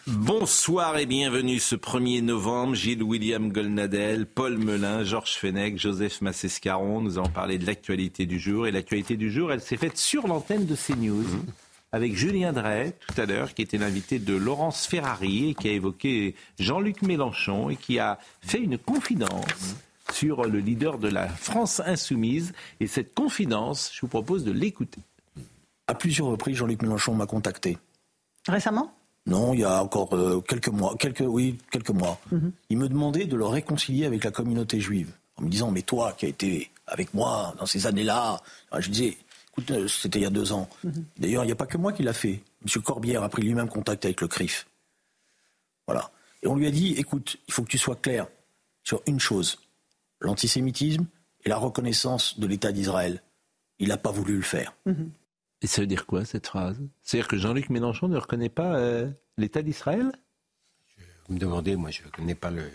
Bonsoir et bienvenue ce 1er novembre. Gilles William Goldnadel, Paul Melun, Georges Fenech, Joseph Massescaron. Nous allons parler de l'actualité du jour. Et l'actualité du jour, elle s'est faite sur l'antenne de CNews avec Julien Drey, tout à l'heure, qui était l'invité de Laurence Ferrari et qui a évoqué Jean-Luc Mélenchon et qui a fait une confidence sur le leader de la France insoumise. Et cette confidence, je vous propose de l'écouter. À plusieurs reprises, Jean-Luc Mélenchon m'a contacté. Récemment ? Non, il y a encore quelques mois. Mm-hmm. Il me demandait de le réconcilier avec la communauté juive. En me disant, mais toi qui as été avec moi dans ces années-là... Je disais, écoute, c'était il y a 2 ans. Mm-hmm. D'ailleurs, il n'y a pas que moi qui l'a fait. M. Corbière a pris lui-même contact avec le CRIF. Voilà. Et on lui a dit, écoute, il faut que tu sois clair sur une chose. L'antisémitisme et la reconnaissance de l'État d'Israël. Il n'a pas voulu le faire. Mm-hmm. Et ça veut dire quoi, cette phrase ? C'est-à-dire que Jean-Luc Mélenchon ne reconnaît pas l'État d'Israël ? Vous me demandez, moi je ne connais pas le...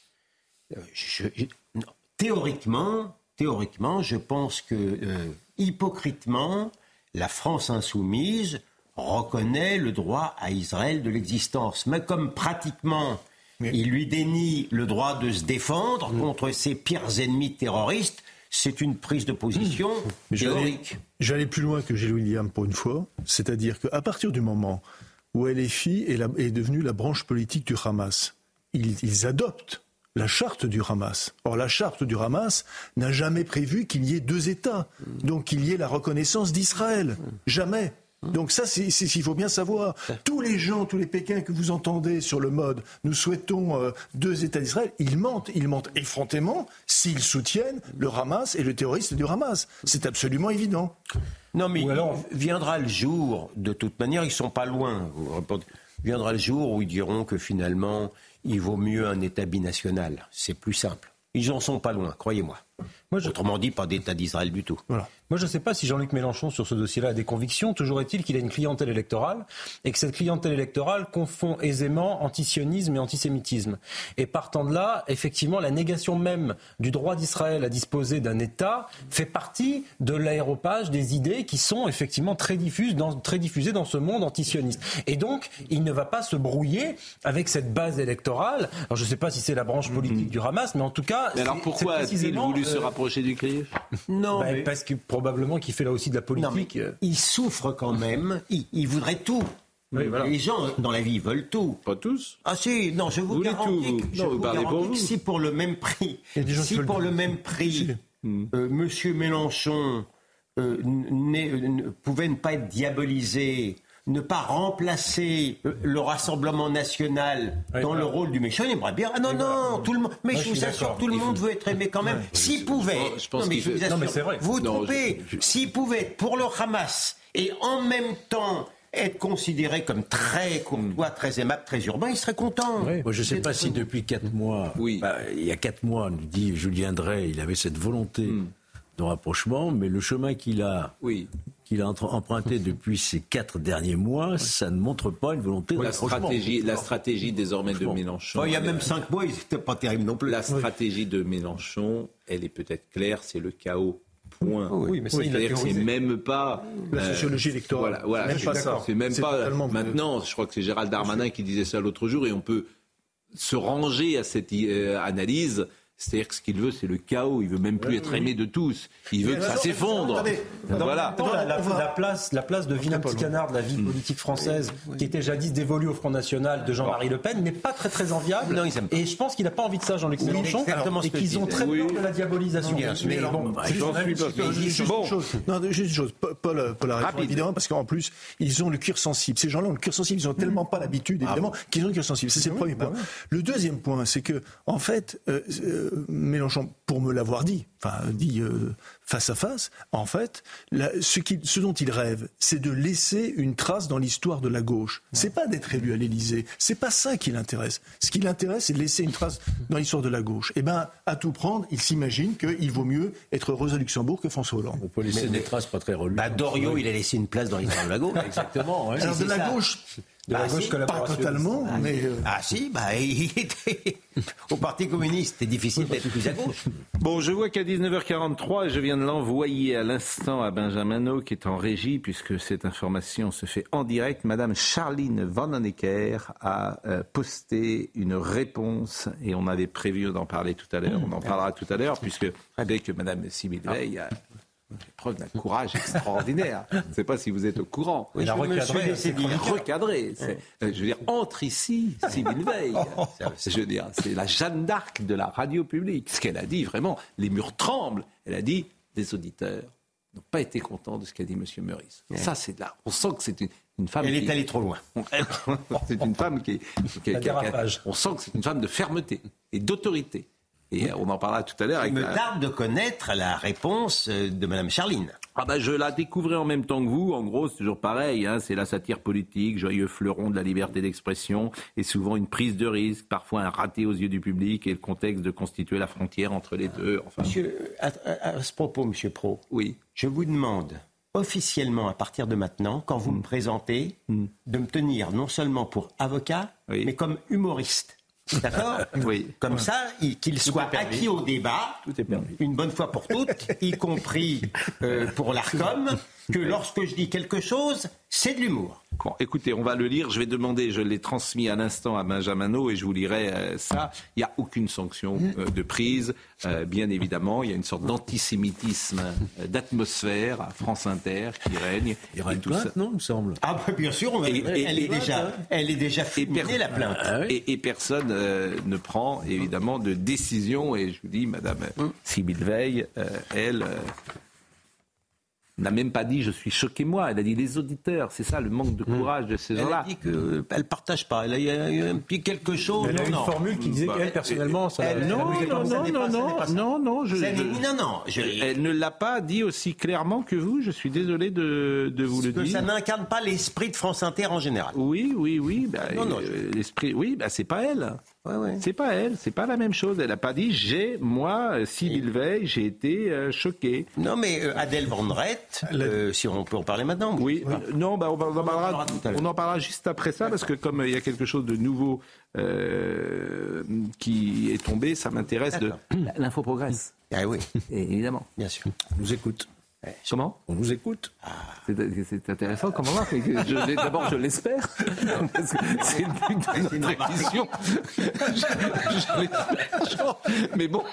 Non. Théoriquement, je pense que, hypocritement, la France insoumise reconnaît le droit à Israël de l'existence. Mais comme pratiquement, il lui dénie le droit de se défendre contre ses pires ennemis terroristes, c'est une prise de position théorique. J'allais plus loin que Gilles William pour une fois, c'est-à-dire qu'à partir du moment où LFI est devenue la branche politique du Hamas, ils adoptent la charte du Hamas. Or, la charte du Hamas n'a jamais prévu qu'il y ait 2 États, donc qu'il y ait la reconnaissance d'Israël. Jamais. Donc ça, c'est ce qu'il faut bien savoir. Tous les gens, tous les Pékins que vous entendez sur le mode « nous souhaitons 2 États d'Israël », ils mentent effrontément s'ils soutiennent le Hamas et le terroriste du Hamas. C'est absolument évident. Non, mais viendra le jour, de toute manière, ils ne sont pas loin. Viendra le jour où ils diront que finalement, il vaut mieux un État binational. C'est plus simple. Ils n'en sont pas loin, croyez-moi. Autrement dit, pas d'État d'Israël du tout. Voilà. Moi, je ne sais pas si Jean-Luc Mélenchon, sur ce dossier-là, a des convictions. Toujours est-il qu'il a une clientèle électorale et que cette clientèle électorale confond aisément antisionisme et antisémitisme. Et partant de là, effectivement, la négation même du droit d'Israël à disposer d'un État fait partie de l'aéropage des idées qui sont effectivement très diffusées dans ce monde antisioniste. Et donc, il ne va pas se brouiller avec cette base électorale. Alors, je ne sais pas si c'est la branche politique du Hamas, mais en tout cas... Mais alors pourquoi a-t-il voulu se rapprocher du CRIF ? Non, mais... parce que probablement qu'il fait là aussi de la politique. Non, il souffre quand même, il voudrait tout. Oui, voilà. Les gens dans la vie veulent tout. Pas tous. Ah si, non, je vous garantis que si pour le même prix, Monsieur Mélenchon pouvait ne pas être diabolisé, ne pas remplacer le Rassemblement national dans le rôle du méchant, il aimerait bien. Ah non, tout le monde. Mais je vous assure, tout le monde veut être aimé quand même. S'il pouvait, vous trouvez, s'il pouvait être pour le Hamas et en même temps être considéré comme très courtois, très aimable, très urbain, il serait content. Oui. Moi, je ne sais pas si depuis 4 mois, il y a 4 mois, nous dit Julien Drey, il avait cette volonté de rapprochement, mais le chemin qu'il a emprunté depuis ces 4 derniers mois, ça ne montre pas une volonté de rapprochement. La stratégie désormais de Mélenchon... il y a même 5 mois, ils n'étaient pas terribles non plus. La stratégie de Mélenchon, elle est peut-être claire, c'est le chaos. Point. Mais c'est-à-dire que c'est même pas la sociologie électorale. Voilà, même pas ça. C'est même pas maintenant. Je crois que c'est Gérald Darmanin qui disait ça l'autre jour, et on peut se ranger à cette analyse. C'est-à-dire que ce qu'il veut, c'est le chaos. Il veut même plus être aimé de tous. Il veut que ça s'effondre. Voilà. La place de vilain petit canard de la vie politique française, qui était jadis dévolue au Front National de Jean-Marie Le Pen, n'est pas très très enviable. Non, et je pense qu'il n'a pas envie de ça, Jean-Luc Mélenchon, et qu'ils ont très peur de la diabolisation. Mais juste une chose. Paul a raison, évidemment, parce qu'en plus, ils ont le cuir sensible. Ces gens-là ont le cuir sensible. Ils n'ont tellement pas l'habitude, évidemment, qu'ils ont le cuir sensible. C'est le premier point. Le deuxième point, c'est que, en fait, Mélenchon, pour me l'avoir dit face à face, en fait, ce dont il rêve, c'est de laisser une trace dans l'histoire de la gauche. C'est pas d'être élu à l'Élysée. C'est pas ça qui l'intéresse. Ce qui l'intéresse, c'est de laisser une trace dans l'histoire de la gauche. Et à tout prendre, il s'imagine qu'il vaut mieux être Rosa Luxembourg que François Hollande. On peut laisser des traces pas très reluisantes. Doriot, il a laissé une place dans l'histoire de la gauche. Exactement. Alors de la gauche. De la gauche Pas collaboration. totalement, mais... il était au Parti communiste. C'est difficile d'être plus à gauche. Bon, je vois qu'à 19h43, je viens de l'envoyer à l'instant à Benjamin Ho, qui est en régie, puisque cette information se fait en direct. Madame Charline Vanhoenacker a posté une réponse, et on avait prévu d'en parler tout à l'heure. On en parlera tout à l'heure, puisque dès que Madame Sibylle Veil a fait preuve d'un courage extraordinaire. Je ne sais pas si vous êtes au courant. Oui, je me suis laissé dire. Recadré. Je veux dire, entre ici, Sibylle Veil. Je veux dire, c'est la Jeanne d'Arc de la radio publique. Ce qu'elle a dit, vraiment, les murs tremblent. Elle a dit, les auditeurs n'ont pas été contents de ce qu'a dit M. Meurice. Ça, c'est là. On sent que c'est une femme. Elle est allée trop loin. C'est une femme qui on sent que c'est une femme de fermeté et d'autorité. Et on en parlera tout à l'heure. Il me tarde de connaître la réponse de Mme Charline. Je la découvrais en même temps que vous. En gros, c'est toujours pareil. C'est la satire politique, joyeux fleuron de la liberté d'expression, et souvent une prise de risque, parfois un raté aux yeux du public, et le contexte de constituer la frontière entre les deux. Enfin... Monsieur, à ce propos, Monsieur Pro, oui. Je vous demande officiellement, à partir de maintenant, quand vous me présentez, de me tenir non seulement pour avocat, mais comme humoriste. D'accord ? Oui. Comme ça, qu'il soit acquis au débat, une bonne fois pour toutes, y compris pour l'ARCOM, que lorsque je dis quelque chose, c'est de l'humour. Bon, écoutez, on va le lire. Je vais demander, je l'ai transmis à l'instant à Benjamin Ho et je vous lirai ça. Il n'y a aucune sanction de prise, bien évidemment. Il y a une sorte d'antisémitisme, d'atmosphère à France Inter qui règne. Il y aura une plainte, non, il me semble. Ah, bien sûr, elle est déjà fulminée, la plainte. Et personne ne prend, évidemment, de décision. Et je vous dis, Madame Sibylle Veil, elle... n'a même pas dit « je suis choqué moi », elle a dit « les auditeurs », c'est ça le manque de courage de ces gens-là. Elle a dit qu'elle ne partage pas, il y a eu un petit quelque chose... Elle a une formule qui disait qu'elle, personnellement... Elle ne l'a pas dit aussi clairement que vous, je suis désolé de vous le dire. Ça n'incarne pas l'esprit de France Inter en général. Oui. L'esprit, c'est pas elle. Ouais. C'est pas elle, c'est pas la même chose. Elle n'a pas dit Sibylle Veil, j'ai été choqué. Non, mais Adèle Van Rett, si on peut en parler maintenant. Oui, on en parlera juste après ça, parce que comme il y a quelque chose de nouveau qui est tombé, ça m'intéresse. L'info progresse. Ah oui. Et évidemment. Bien sûr. On nous écoute. Comment ? On nous écoute. C'est intéressant comme remarque. D'abord, je l'espère. Parce que c'est le but de notre émission. Mais bon,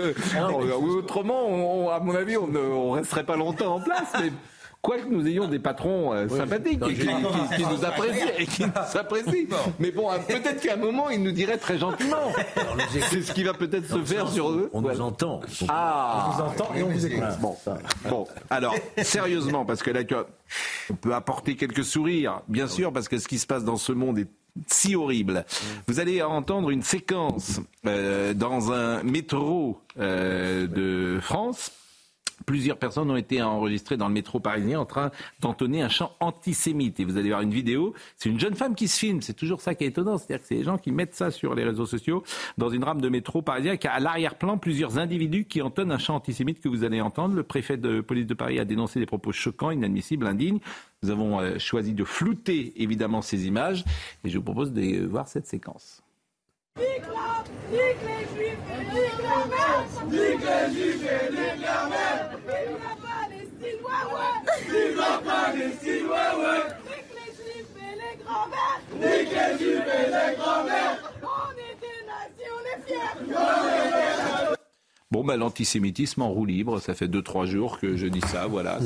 autrement, à mon avis, on ne resterait pas longtemps en place. Mais quoique nous ayons des patrons sympathiques qui nous apprécient. Mais bon, peut-être qu'à un moment, ils nous diraient très gentiment. C'est ce qui va peut-être se faire sur eux. On nous entend. On nous entend et on vous écoute. Bon, alors, sérieusement, parce que là, on peut apporter quelques sourires, bien sûr, parce que ce qui se passe dans ce monde est si horrible. Vous allez entendre une séquence dans un métro de France. Plusieurs personnes ont été enregistrées dans le métro parisien en train d'entonner un chant antisémite. Et vous allez voir une vidéo, c'est une jeune femme qui se filme. C'est toujours ça qui est étonnant, c'est-à-dire que c'est les gens qui mettent ça sur les réseaux sociaux dans une rame de métro parisien, qui a à l'arrière-plan plusieurs individus qui entonnent un chant antisémite que vous allez entendre. Le préfet de police de Paris a dénoncé des propos choquants, inadmissibles, indignes. Nous avons choisi de flouter évidemment ces images et je vous propose de voir cette séquence. Nique les juifs et nique la merde. Nique les juifs et nique la merde. Vive la Palestine, ouais. Vive la Palestine, ouais. Nique les juifs et les grands-mères. Nique les juifs et les grands-mères. On est des nazis, on est fiers. Bon, l'antisémitisme en roue libre, ça fait 2-3 jours que je dis ça, voilà,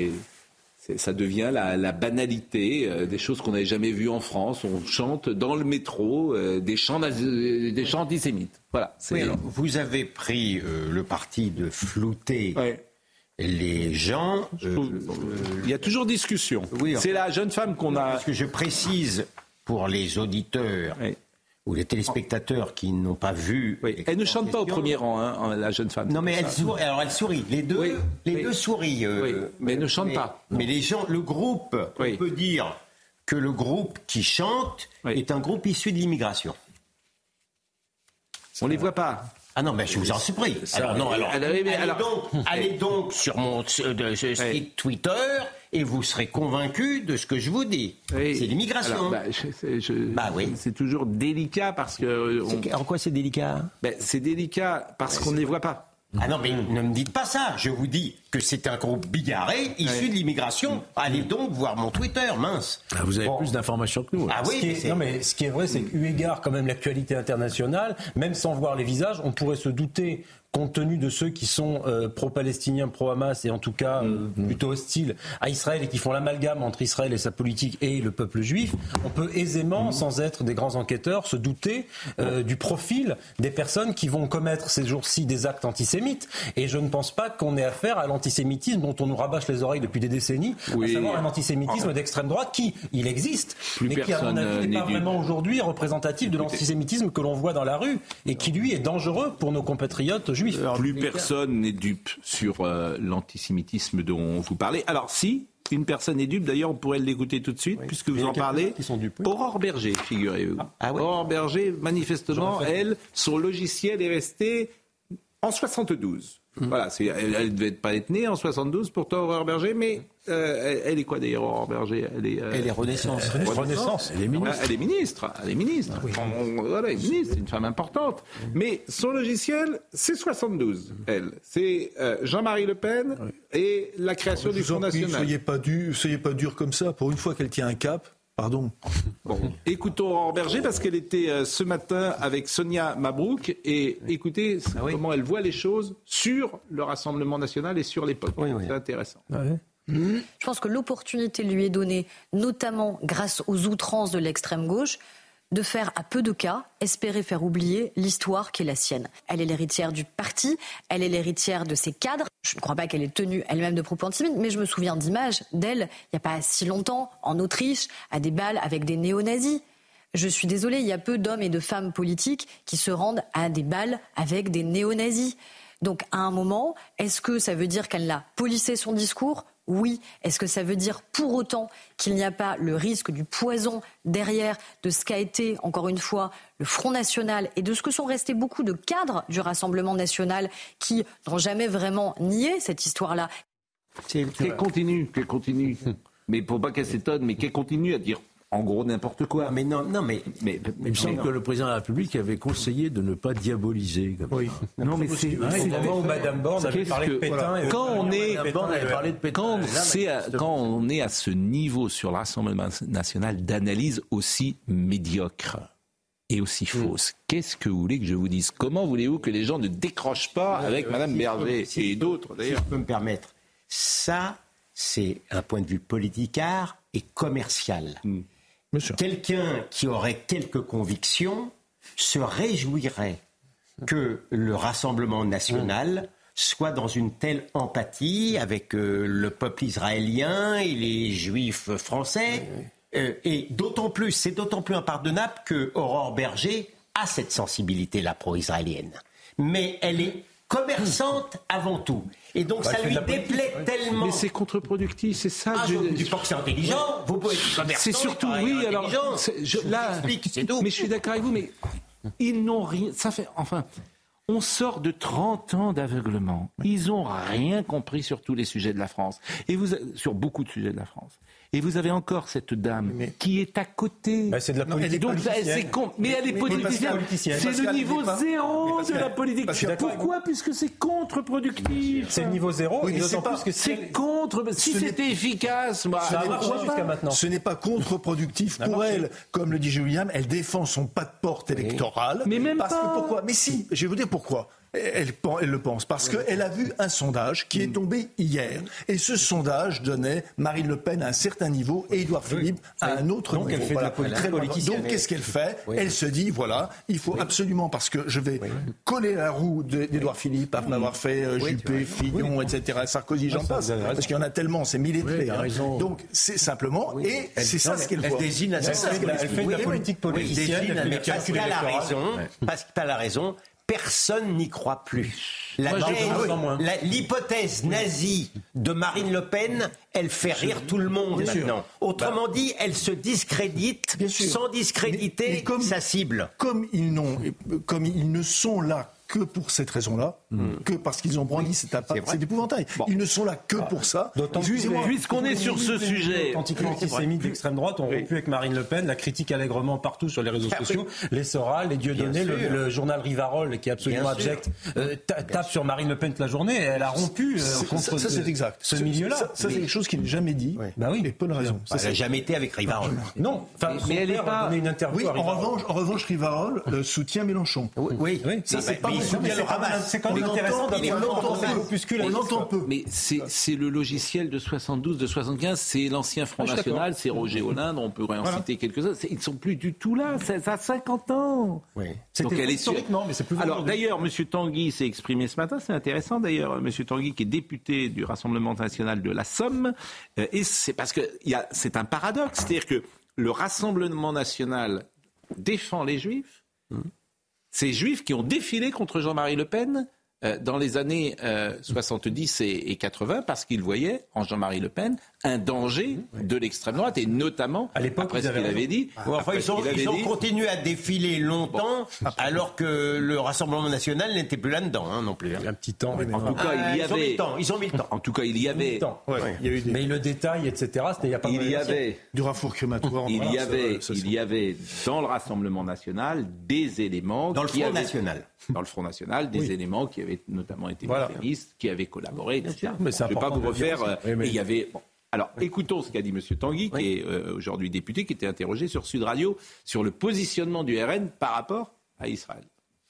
ça devient la banalité des choses qu'on n'avait jamais vues en France. On chante dans le métro des chants antisémites. Voilà. Oui, alors, vous avez pris le parti de flouter les gens. Il y a toujours discussion. Oui, c'est la jeune femme qu'on a... Parce que je précise pour les auditeurs... ou les téléspectateurs qui n'ont pas vu... Elle ne chante pas au premier rang, la jeune femme. Non, mais elle sourit. Les deux sourient. Mais elle ne chante pas. Mais les gens, le groupe, on peut dire que le groupe qui chante est un groupe issu de l'immigration. On ne les voit pas. Ah non, mais je vous en supplie. Allez donc sur mon site Twitter et vous serez convaincu de ce que je vous dis. Oui. C'est l'immigration. Alors, oui. C'est toujours délicat parce que... En quoi c'est délicat ? C'est délicat parce qu'on ne les voit pas. Ah non, mais ne me dites pas ça. Je vous dis que c'est un groupe bigarré issu de l'immigration. Allez donc voir mon Twitter, mince. Ah, vous avez plus d'informations que nous. Ah oui. Ce qui est vrai, c'est qu'eu égard quand même l'actualité internationale, même sans voir les visages, on pourrait se douter, compte tenu de ceux qui sont pro-palestiniens, pro-Hamas et en tout cas plutôt hostiles à Israël et qui font l'amalgame entre Israël et sa politique et le peuple juif, on peut aisément, sans être des grands enquêteurs, se douter du profil des personnes qui vont commettre ces jours-ci des actes antisémites. Et je ne pense pas qu'on ait affaire à l'antisémitisme dont on nous rabâche les oreilles depuis des décennies, à savoir un antisémitisme d'extrême droite qui, il existe, mais qui à mon avis n'est pas vraiment aujourd'hui représentatif de l'antisémitisme que l'on voit dans la rue et qui lui est dangereux pour nos compatriotes juifs. Plus personne n'est dupe sur l'antisémitisme dont vous parlez. Alors si, une personne est dupe, d'ailleurs on pourrait l'écouter tout de suite, puisque vous en parlez. Aurore Berger, figurez-vous. Aurore Berger, manifestement, elle, son logiciel est resté en 72. Voilà, elle ne devait pas être née en 72, pourtant Aurore Berger, mais elle est quoi d'ailleurs, Aurore Berger ? Elle est Renaissance. Elle est ministre. Elle est ministre. Oui. Voilà, elle est ministre, c'est une femme importante. Mais son logiciel, c'est 72, elle. C'est Jean-Marie Le Pen et la création du Front National. Soyez pas dur comme ça. Pour une fois qu'elle tient un cap. Pardon. Bon, écoutons Aurore Berger parce qu'elle était ce matin avec Sonia Mabrouk et écoutez comment elle voit les choses sur le Rassemblement national et sur l'époque. C'est intéressant. Je pense que l'opportunité lui est donnée, notamment grâce aux outrances de l'extrême gauche, de faire à peu de cas, espérer faire oublier l'histoire qui est la sienne. Elle est l'héritière du parti, elle est l'héritière de ses cadres. Je ne crois pas qu'elle ait tenu elle-même de propos antisémites, mais je me souviens d'images d'elle, il n'y a pas si longtemps, en Autriche, à des bals avec des néo-nazis. Je suis désolée, il y a peu d'hommes et de femmes politiques qui se rendent à des bals avec des néo-nazis. Donc à un moment, est-ce que ça veut dire qu'elle a polissé son discours ? Oui. Est-ce que ça veut dire pour autant qu'il n'y a pas le risque du poison derrière de ce qu'a été, encore une fois, le Front National et de ce que sont restés beaucoup de cadres du Rassemblement National qui n'ont jamais vraiment nié cette histoire-là ? Qu'elle continue. Mais pour pas qu'elle s'étonne, mais qu'elle continue à dire en gros n'importe quoi. Mais il me semble que le président de la République avait conseillé de ne pas diaboliser. Oui. Non, mais c'est le moment où Madame Borne avait parlé de Pétain. Quand on est à ce niveau sur le Rassemblement national d'analyse aussi médiocre et aussi fausse, qu'est-ce que vous voulez que je vous dise ? Comment voulez-vous que les gens ne décrochent pas avec Madame Berger et d'autres d'ailleurs ? Si je peux me permettre, ça, c'est un point de vue politicard et commercial. Quelqu'un qui aurait quelques convictions se réjouirait que le Rassemblement national soit dans une telle empathie avec le peuple israélien et les juifs français. Et c'est d'autant plus impardonnable que Aurore Berger a cette sensibilité-là pro-israélienne. Mais elle est commerçante avant tout. Et donc ça lui déplaît tellement. Mais c'est contre-productif, c'est ça. Je ne dis pas que c'est intelligent. Vous pouvez être commerçant. C'est surtout, oui, alors. Mais je suis d'accord avec vous, mais ils n'ont rien. Ça fait. Enfin. On sort de 30 ans d'aveuglement. Ils n'ont rien compris sur tous les sujets de la France. Sur beaucoup de sujets de la France. Et vous avez encore cette dame qui est à côté. C'est de la politique. Mais elle est politicienne. C'est le niveau zéro de la politique. Pourquoi ? Puisque c'est contre-productif. C'est le niveau zéro. Oui, c'est contre. Si c'était efficace, jusqu'à maintenant. Ce n'est pas contre-productif pour elle. Comme le dit William, elle défend son pas de porte électoral. Mais même pas. Pourquoi ? Mais si, je vais vous dire pourquoi. Elle le pense, parce qu'elle a vu un sondage qui est tombé hier. Et ce sondage donnait Marine Le Pen à un certain niveau et Édouard Philippe à un autre niveau. Elle fait de la politique. Donc qu'est-ce qu'elle fait ? Elle se dit, voilà, il faut absolument, parce que je vais coller la roue d'Édouard Philippe après m'avoir fait Juppé, Fillon, etc., Sarkozy, j'en passe. Parce qu'il y en a tellement, c'est militaire. Donc c'est simplement, et c'est ça ce qu'elle voit. Elle fait de la politique politicienne. Mais Pascal a raison. Personne n'y croit plus. L'hypothèse nazie de Marine Le Pen, elle fait rire tout le monde maintenant. Autrement dit, elle se discrédite sans discréditer sa cible. Comme ils ne sont là que pour cette raison-là, que parce qu'ils ont brandi cet épouvantail. Bon. Ils ne sont là que pour ça. Puisqu'on est sur ce sujet, antisémites d'extrême droite ont rompu avec Marine Le Pen, la critique allègrement partout sur les réseaux sociaux, les Soral, les Dieudonné, le journal Rivarol qui est absolument abject, tape sur Marine Le Pen toute la journée et elle a rompu contre ce milieu-là. Ça, c'est quelque chose qui n'est jamais dit. Bah oui. Et pas de raison. Elle n'a jamais été avec Rivarol. Non, mais elle n'est pas donné une interview. Oui, en revanche, Rivarol soutient Mélenchon. Oui. Ça, c'est pas c'est quand même intéressant d'avoir un opuscule. On l'entend peu. Mais c'est le logiciel de 72, de 75, c'est l'ancien Front National, c'est Roger Hollande, on pourrait en citer quelques-uns. Ils ne sont plus du tout là, ça a 50 ans. Oui. Donc elle est historiquement, mais c'est plus. Alors d'ailleurs, M. Tanguy s'est exprimé ce matin, c'est intéressant d'ailleurs, M. Tanguy qui est député du Rassemblement national de la Somme, et c'est parce que c'est un paradoxe, c'est-à-dire que le Rassemblement national défend les Juifs, ces Juifs qui ont défilé contre Jean-Marie Le Pen dans les années 70 et 80 parce qu'ils voyaient en Jean-Marie Le Pen un danger de l'extrême droite et notamment à l'époque, après ce qu'il avait dit. Ils ont continué à défiler longtemps alors que le Rassemblement national n'était plus là-dedans non plus. Un petit temps. En tout cas, il y avait. Ils ont mis le temps. En tout cas, il y avait. Mais le détail, etc. C'était il y a pas. Il y avait du rafour crématoire. Il y avait dans le Rassemblement national des éléments dans le Front National. Dans le Front National, des éléments qui avaient notamment été féministes, qui avaient collaboré, etc. Je ne vais pas vous refaire. Il y avait. Alors, écoutons ce qu'a dit M. Tanguy, qui est aujourd'hui député, qui était interrogé sur Sud Radio, sur le positionnement du RN par rapport à Israël.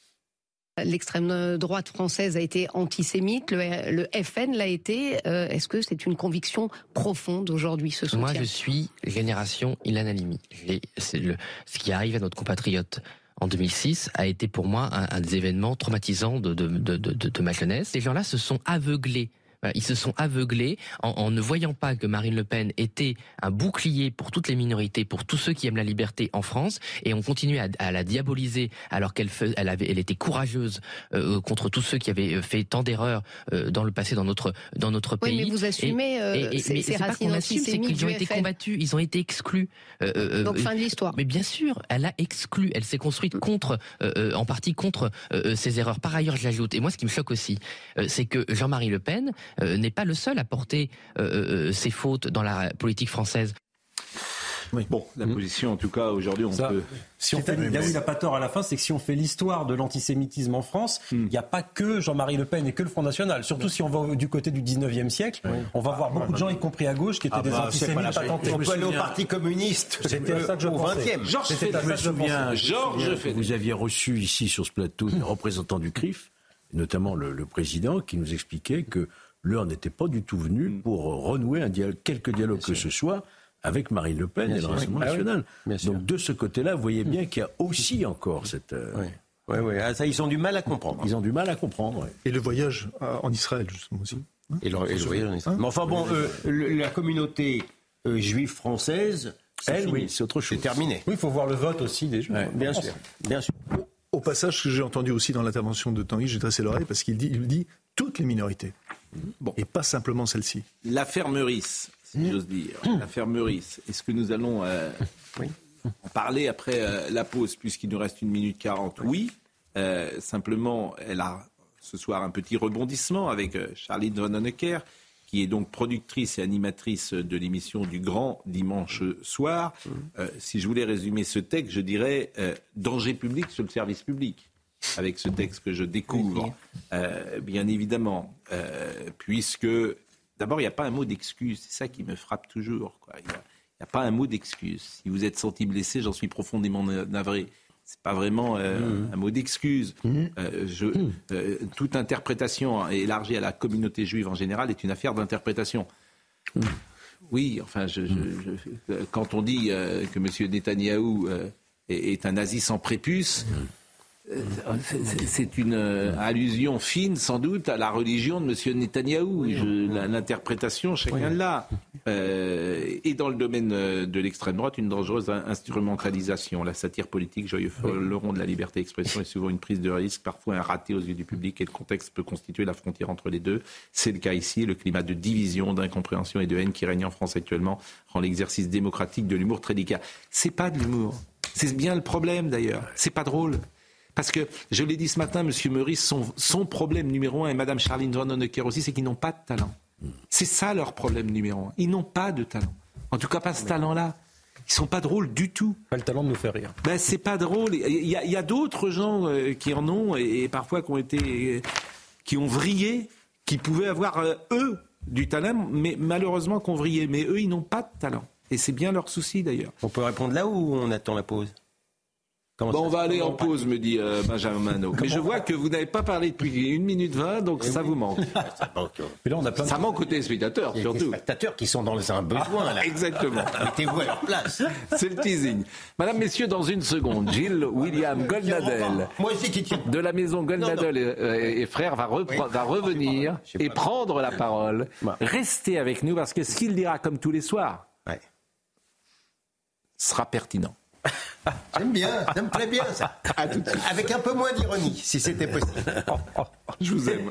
L'extrême droite française a été antisémite, le FN l'a été. Est-ce que c'est une conviction profonde aujourd'hui, ce soutien ? Moi, je suis génération Ilan Halimi. Ce qui arrive à notre compatriote en 2006 a été pour moi un des événements traumatisants de ma jeunesse. Ces gens-là se sont aveuglés. Ils se sont aveuglés en ne voyant pas que Marine Le Pen était un bouclier pour toutes les minorités, pour tous ceux qui aiment la liberté en France, et on continuait à la diaboliser alors qu'elle était courageuse contre tous ceux qui avaient fait tant d'erreurs dans le passé dans notre pays. Oui, mais vous assumez ces racines antisémites, c'est qu'ils ont été combattus, ils ont été exclus. Donc fin de l'histoire. Mais bien sûr, elle a exclu, elle s'est construite en partie contre ces erreurs. Par ailleurs, j'ajoute, et moi ce qui me choque aussi, c'est que Jean-Marie Le Pen n'est pas le seul à porter ses fautes dans la politique française. Oui. Bon, la position, en tout cas, aujourd'hui, peut... Si on fait, David n'a pas tort à la fin, c'est que si on fait l'histoire de l'antisémitisme en France, il n'y a pas que Jean-Marie Le Pen et que le Front National. Surtout si on va du côté du 19e siècle, on va voir beaucoup de gens, y compris à gauche, qui étaient des antisémites patentés. On peut aller au Parti communiste. C'était ça que je pensais. Je me souviens, vous aviez reçu ici, sur ce plateau, des représentants du CRIF, notamment le président, qui nous expliquait que l'heure n'était pas du tout venue pour renouer quelque dialogue que ce soit avec Marine Le Pen et le Rassemblement national. Donc de ce côté-là, vous voyez bien qu'il y a aussi encore cette... Ça, ils ont du mal à comprendre. Ils ont du mal à comprendre. Et le voyage en Israël, justement, aussi. Et le voyage en Israël. Mais enfin bon, la communauté juive française, c'est autre chose. C'est terminé. Oui, il faut voir le vote aussi des Juifs. Bien sûr. Au passage, que j'ai entendu aussi dans l'intervention de Tanguy, j'ai dressé l'oreille parce qu'il dit toutes les minorités. Bon. Et pas simplement celle-ci. L'affaire Meurice, si j'ose dire. L'affaire Meurice. Est-ce que nous allons en parler après la pause, puisqu'il nous reste 1 minute 40 ? Oui. Simplement, elle a ce soir un petit rebondissement avec Charline Vanhoenacker, qui est donc productrice et animatrice de l'émission du Grand Dimanche Soir. Si je voulais résumer ce texte, je dirais danger public sur le service public. Avec ce texte que je découvre, bien évidemment, puisque d'abord il n'y a pas un mot d'excuse, c'est ça qui me frappe toujours. Il n'y a pas un mot d'excuse. Si vous êtes senti blessé, j'en suis profondément navré. C'est pas vraiment un mot d'excuse. Toute interprétation élargie à la communauté juive en général est une affaire d'interprétation. Oui, enfin, quand on dit que M. Netanyahou est un nazi sans prépuce. C'est une allusion fine, sans doute, à la religion de M. Netanyahou. L'interprétation, chacun l'a. Et dans le domaine de l'extrême droite, une dangereuse instrumentalisation. La satire politique, joyeux fleuron de la liberté d'expression, est souvent une prise de risque, parfois un raté aux yeux du public, et le contexte peut constituer la frontière entre les deux. C'est le cas ici. Le climat de division, d'incompréhension et de haine qui règne en France actuellement rend l'exercice démocratique de l'humour très délicat. C'est pas de l'humour. C'est bien le problème, d'ailleurs. C'est pas drôle. Parce que, je l'ai dit ce matin, M. Meurice, son problème numéro 1, et Mme Charline Vanhoenacker aussi, c'est qu'ils n'ont pas de talent. C'est ça leur problème numéro 1. Ils n'ont pas de talent. En tout cas, pas ce talent-là. Ils sont pas drôles du tout. Pas le talent de nous faire rire. Ben, c'est pas drôle. Il y a d'autres gens qui en ont et parfois qui ont vrillé, qui pouvaient avoir eux du talent, mais malheureusement qui ont vrillé. Mais eux, ils n'ont pas de talent. Et c'est bien leur souci d'ailleurs. On peut répondre là ou on attend la pause? On va aller en pause, me dit Benjamin Manot. Mais je vois que vous n'avez pas parlé depuis 1 minute 20, donc ça vous manque. Mais là, on a plein ça manque aux téléspectateurs, surtout. Il y a des spectateurs qui sont dans un besoin, là. Exactement. Mettez-vous à leur place. C'est le teasing. Madame, messieurs, dans une seconde, Gilles William Goldnadel, de la maison Goldnadel et frères, va revenir et prendre la parole. Restez avec nous, parce que ce qu'il dira, comme tous les soirs, sera pertinent. J'aime bien, ça me plaît bien ça. Avec un peu moins d'ironie, si c'était possible. Je vous aime.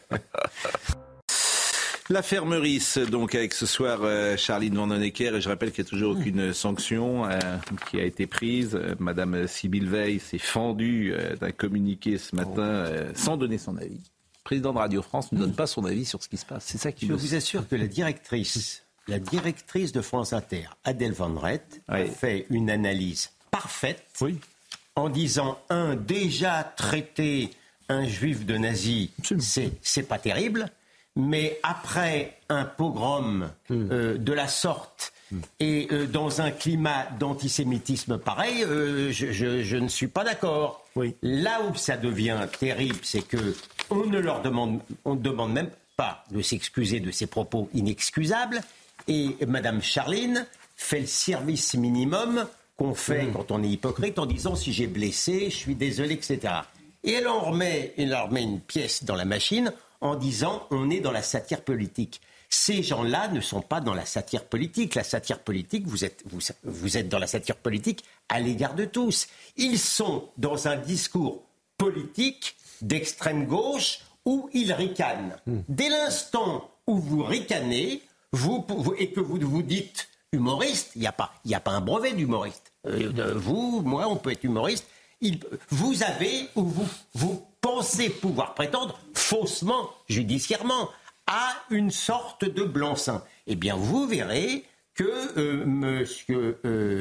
L'affaire Meurice, donc avec ce soir Charline Vanhoenacker, et je rappelle qu'il n'y a toujours aucune sanction qui a été prise. Madame Sybille Veil s'est fendue d'un communiqué ce matin sans donner son avis. Le président de Radio France ne donne pas son avis sur ce qui se passe. C'est ça qui Je vous assure que la directrice de France Inter, Adèle Van Rett, a fait une analyse parfaite en disant, déjà traiter un juif de nazi, c'est pas terrible, mais après un pogrom de la sorte et dans un climat d'antisémitisme pareil, je ne suis pas d'accord. Là où ça devient terrible, c'est que on ne demande même pas de s'excuser de ces propos inexcusables. Et Mme Charline fait le service minimum qu'on fait quand on est hypocrite en disant si j'ai blessé, je suis désolé, etc. Et elle leur remet une pièce dans la machine en disant on est dans la satire politique. Ces gens-là ne sont pas dans la satire politique. La satire politique, vous êtes dans la satire politique à l'égard de tous. Ils sont dans un discours politique d'extrême gauche où ils ricanent. Dès l'instant où vous ricanez, et que vous vous dites humoriste, il n'y a pas un brevet d'humoriste. Vous, moi, on peut être humoriste. Vous avez ou vous pensez pouvoir prétendre faussement, judiciairement, à une sorte de blanc-seing. Eh bien, vous verrez que Monsieur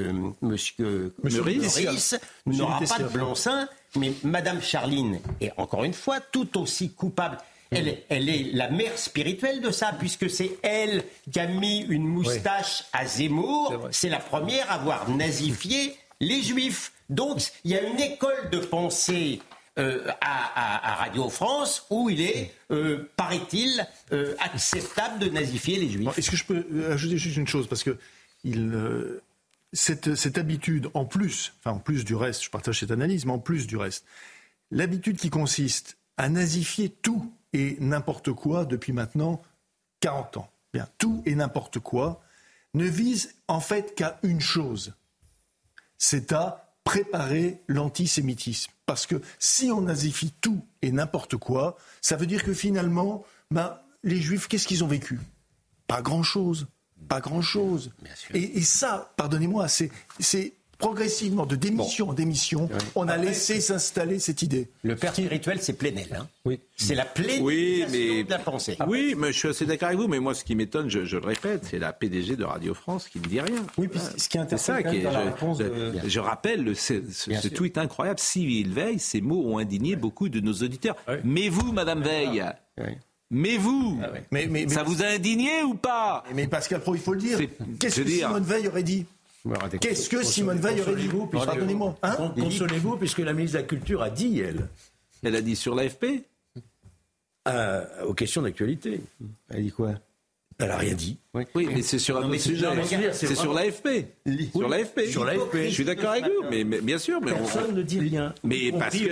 Meurice n'aura pas de blanc-seing, mais Madame Charline est encore une fois tout aussi coupable. Elle est la mère spirituelle de ça, puisque c'est elle qui a mis une moustache à Zemmour. C'est la première à avoir nazifié les Juifs. Donc, il y a une école de pensée à Radio France où il est, paraît-il, acceptable de nazifier les Juifs. Est-ce que je peux ajouter juste une chose ? Parce que cette habitude, en plus du reste, je partage cette analyse, mais en plus du reste, l'habitude qui consiste à nazifier tout et n'importe quoi depuis maintenant 40 ans. Bien, tout et n'importe quoi ne vise en fait qu'à une chose, c'est à préparer l'antisémitisme. Parce que si on nazifie tout et n'importe quoi, ça veut dire que finalement, les Juifs, qu'est-ce qu'ils ont vécu ? Pas grand-chose. Et ça, pardonnez-moi, c'est progressivement, de démission en démission, on a laissé s'installer cette idée. Le père spirituel, c'est Plenel. Hein. Oui. C'est la plénisation de la pensée. Oui, mais je suis assez d'accord avec vous, mais moi, ce qui m'étonne, je le répète, c'est la PDG de Radio France qui ne dit rien. Oui, puis ce qui est intéressant, je rappelle, ce tweet incroyable, Sybille Veil, ces mots ont indigné beaucoup de nos auditeurs. Oui. Mais vous, Madame Veil... Mais vous, ça vous a indigné ou pas ? Mais Pascal Praud, il faut le dire. Qu'est-ce que Simone Veil aurait dit ? Qu'est-ce que Simone Veil aurait dit ? Pardonnez-moi. Consolez-vous, puisque la ministre de la Culture a dit, Elle a dit sur l'AFP ? Aux questions d'actualité. Elle a dit quoi ? Elle n'a rien dit. Oui, mais c'est sur un autre sujet. C'est sur l'AFP. Sur l'AFP. Je suis d'accord avec vous, mais bien sûr. Mais personne ne dit rien. Mais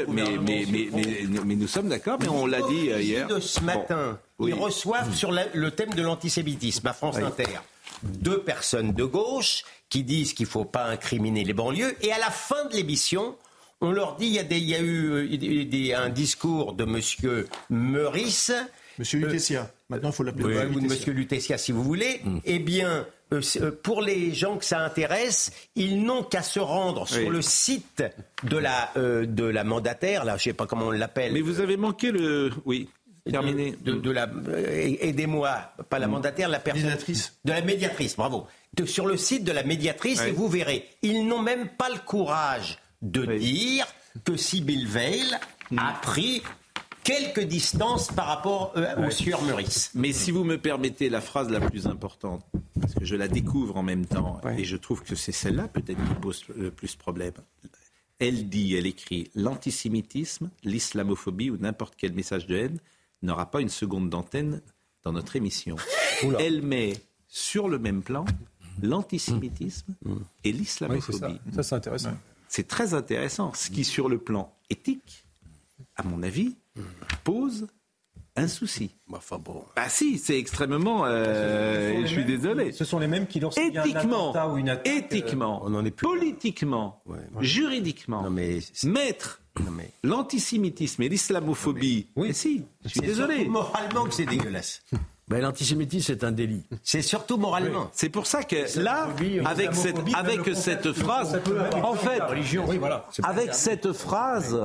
nous sommes d'accord, mais on l'a dit hier. De ce matin, ils reçoivent sur le thème de l'antisémitisme à France Inter 2 personnes de gauche qui disent qu'il ne faut pas incriminer les banlieues, et à la fin de l'émission, on leur dit il y a eu un discours de Monsieur Meurice. Monsieur Lutetia, maintenant il faut l'appeler. Ou de Monsieur Lutetia, si vous voulez. Eh bien, pour les gens que ça intéresse, ils n'ont qu'à se rendre sur le site de la mandataire, là, je ne sais pas comment on l'appelle. Mais vous avez manqué le... Oui. Terminé. Aidez-moi, pas la mandataire, la personne. Médiatrice. De la médiatrice, bravo. Sur le site de la médiatrice, et vous verrez, ils n'ont même pas le courage de dire que Sybille Veil a pris quelques distances par rapport au sieur Meurice. Mais si vous me permettez la phrase la plus importante, parce que je la découvre en même temps, et je trouve que c'est celle-là peut-être qui pose le plus problème. Elle écrit, l'antisémitisme, l'islamophobie ou n'importe quel message de haine n'aura pas une seconde d'antenne dans notre émission. Elle met sur le même plan l'antisémitisme et l'islamophobie. Ça, c'est intéressant. C'est très intéressant. Ce qui, sur le plan éthique, à mon avis, pose un souci. Enfin bon. Ah si, c'est extrêmement... je suis désolé. Ce sont les mêmes qui, lorsqu'il y a un attentat ou une attaque... Éthiquement, politiquement, juridiquement, mettre l'antisémitisme et l'islamophobie... Oui, si, je suis désolé. C'est moralement que c'est dégueulasse. L'antisémitisme, c'est un délit. C'est surtout moralement. C'est pour ça que là, avec cette phrase, en fait, avec cette phrase...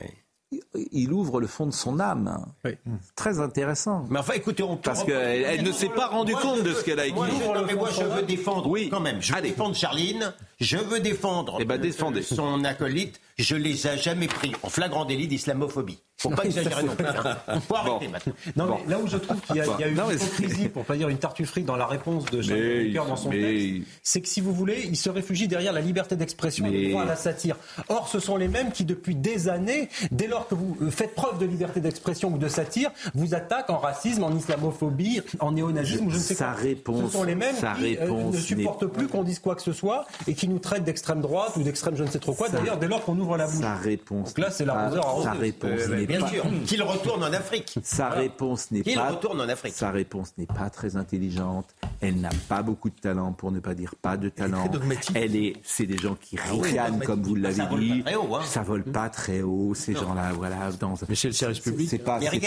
Il ouvre le fond de son âme. C'est très intéressant. Mais enfin, écoutez, parce qu'elle ne s'est pas rendue compte de ce qu'elle a écrit. Moi, je veux défendre quand même. Je veux défendre Charline. Je veux défendre son acolyte. Je les ai jamais pris en flagrant délit d'islamophobie. Faut pas exagérer non plus. Faut arrêter maintenant. Non, mais là où je trouve qu'il y a une hypocrisie, pour pas dire une tartufferie dans la réponse de Jean Juncker dans son texte, c'est que si vous voulez, il se réfugie derrière la liberté d'expression et le droit à la satire. Or, ce sont les mêmes qui, depuis des années, dès lors que vous faites preuve de liberté d'expression ou de satire, vous attaquent en racisme, en islamophobie, en néonazisme ou je ne sais quoi. Ce sont les mêmes qui ne supportent plus qu'on dise quoi que ce soit et qui nous traitent d'extrême droite ou d'extrême je ne sais trop quoi. D'ailleurs, dès lors qu'on ouvre la bouche. Sa réponse. Donc là, c'est l'arroseur arrosé. Sa réponse n'est bien pas... sûr. Qu'il retourne en Afrique. Sa réponse n'est qu'il pas... retourne en Afrique. Sa réponse n'est pas très intelligente. Elle n'a pas beaucoup de talent, pour ne pas dire pas de talent. C'est des gens qui ricanent, comme vous l'avez dit. Ça vole pas très haut, ces gens-là. Voilà. Mais c'est le service public. C'est pas très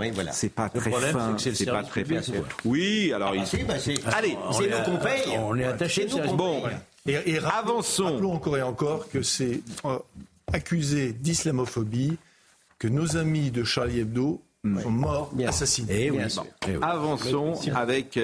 fin. C'est pas très fin. Oui, alors... Allez, c'est nous qu'on paye. On est attachés. Bon, et avançons. Rappelons encore et encore que c'est accusé d'islamophobie que nos amis de Charlie Hebdo sont morts, assassinés. Avançons avec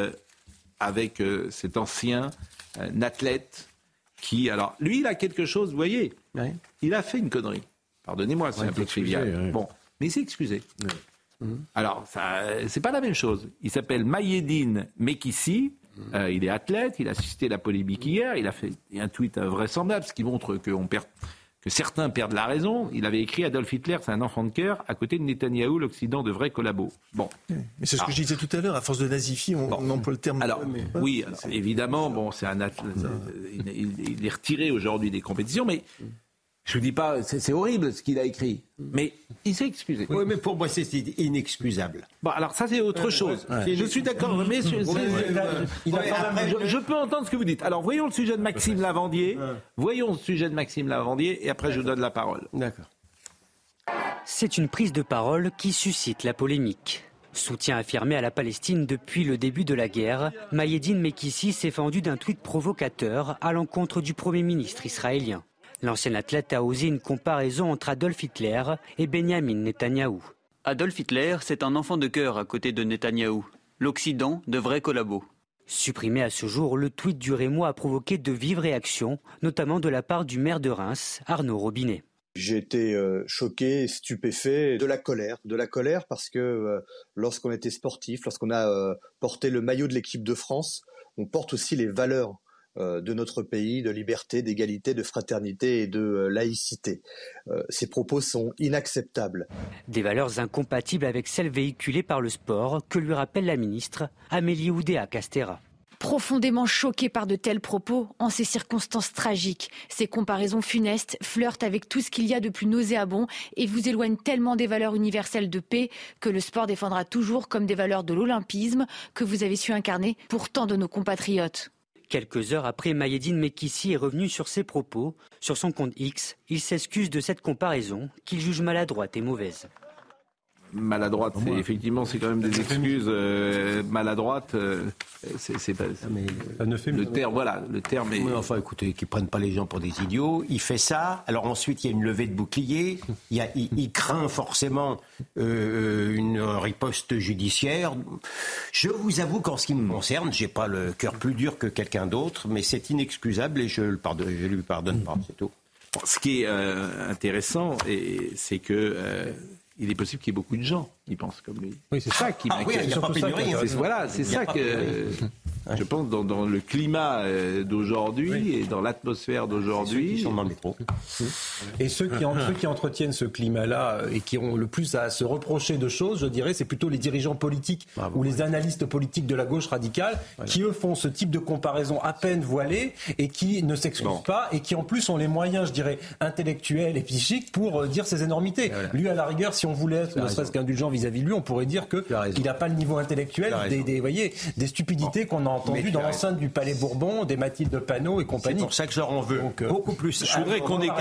cet ancien athlète qui... Alors, lui, il a quelque chose, vous voyez, il a fait une connerie. Pardonnez-moi, c'est un peu trivial. Bon, mais il s'est excusé. Alors, c'est pas la même chose. Il s'appelle Maïeddine Mekissi. Il est athlète, il a assisté à la polémique hier, il a fait un tweet invraisemblable, ce qui montre que certains perdent la raison. Il avait écrit Adolf Hitler, c'est un enfant de cœur, à côté de Netanyahou, l'Occident devrait collabo. Bon. Mais c'est ce que je disais tout à l'heure, à force de nazifier, on emploie le terme. Alors, évidemment, c'est un athlète, il est retiré aujourd'hui des compétitions, mais je ne vous dis pas, c'est horrible ce qu'il a écrit, mais il s'est excusé. Oui, mais pour moi, c'est inexcusable. Bon, alors ça, c'est autre chose. Je suis d'accord, mais je peux entendre ce que vous dites. Alors, voyons le sujet de Maxime Lavandier. Et après, je vous donne la parole. D'accord. C'est une prise de parole qui suscite la polémique. Soutien affirmé à la Palestine depuis le début de la guerre, Maïeddine Mekissi s'est fendu d'un tweet provocateur à l'encontre du Premier ministre israélien. L'ancien athlète a osé une comparaison entre Adolf Hitler et Benyamin Netanyahou. Adolf Hitler, c'est un enfant de cœur à côté de Netanyahou. L'Occident devrait collabo. Supprimé à ce jour, le tweet du Rémois a provoqué de vives réactions, notamment de la part du maire de Reims, Arnaud Robinet. J'ai été choqué, stupéfait, de la colère parce que lorsqu'on était sportif, lorsqu'on a porté le maillot de l'équipe de France, on porte aussi les valeurs de notre pays, de liberté, d'égalité, de fraternité et de laïcité. Ces propos sont inacceptables. Des valeurs incompatibles avec celles véhiculées par le sport, que lui rappelle la ministre Amélie Oudéa-Castéra. Profondément choqué par de tels propos, en ces circonstances tragiques, ces comparaisons funestes flirtent avec tout ce qu'il y a de plus nauséabond et vous éloignent tellement des valeurs universelles de paix que le sport défendra toujours comme des valeurs de l'olympisme que vous avez su incarner pour tant de nos compatriotes. Quelques heures après, Maïeddine Mekissi est revenu sur ses propos. Sur son compte X, il s'excuse de cette comparaison qu'il juge maladroite et mauvaise. maladroite, c'est quand même des excuses maladroites. C'est pas le terme. Voilà, le terme est. Oui, enfin, écoutez, qu'ils prennent pas les gens pour des idiots. Il fait ça. Alors ensuite, il y a une levée de bouclier. Il craint forcément une riposte judiciaire. Je vous avoue qu'en ce qui me concerne, j'ai pas le cœur plus dur que quelqu'un d'autre, mais c'est inexcusable et je lui pardonne pas. C'est tout. Ce qui est intéressant, c'est que il est possible qu'il y ait beaucoup de gens qui pensent comme lui. Oui, c'est ça qui m'inquiète. Il n'y a pas pénurie. Voilà, c'est ça que je pense dans le climat d'aujourd'hui et dans l'atmosphère d'aujourd'hui. Ceux qui sont dans le métro. Et ceux qui entretiennent ce climat-là et qui ont le plus à se reprocher de choses, je dirais, c'est plutôt les dirigeants politiques ou les analystes politiques de la gauche radicale qui, eux, font ce type de comparaison à peine voilée et qui ne s'excusent pas et qui, en plus, ont les moyens, je dirais, intellectuels et psychiques pour dire ces énormités. Lui, à la rigueur, si on voulait être ne serait-ce qu'indulgent vis-à-vis de lui, on pourrait dire qu'il n'a pas le niveau intellectuel des stupidités qu'on a entendues dans l'enceinte du Palais Bourbon, des Mathilde Panot et compagnie. C'est pour ça que je leur en veux beaucoup plus. Je voudrais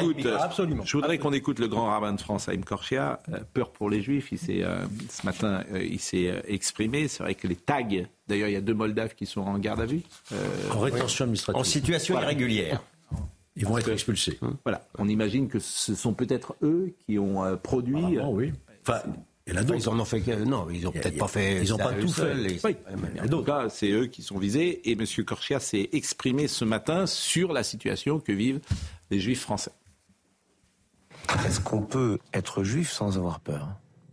qu'on écoute le grand rabbin de France, Haïm Korshia. Peur pour les Juifs. Ce matin, il s'est exprimé. C'est vrai que les tags. D'ailleurs, il y a 2 Moldaves qui sont en garde à vue. En rétention administrative. En situation irrégulière. Ils vont être expulsés. Voilà. On imagine que ce sont peut-être eux qui ont produit. Oui. Enfin, il y en a d'autres. Ils en ont fait. Non, ils ont peut-être pas fait. Ils n'ont pas tout fait. Oui. En tout cas, c'est eux qui sont visés. Et M. Korshia s'est exprimé ce matin sur la situation que vivent les Juifs français. Est-ce qu'on peut être juif sans avoir peur ?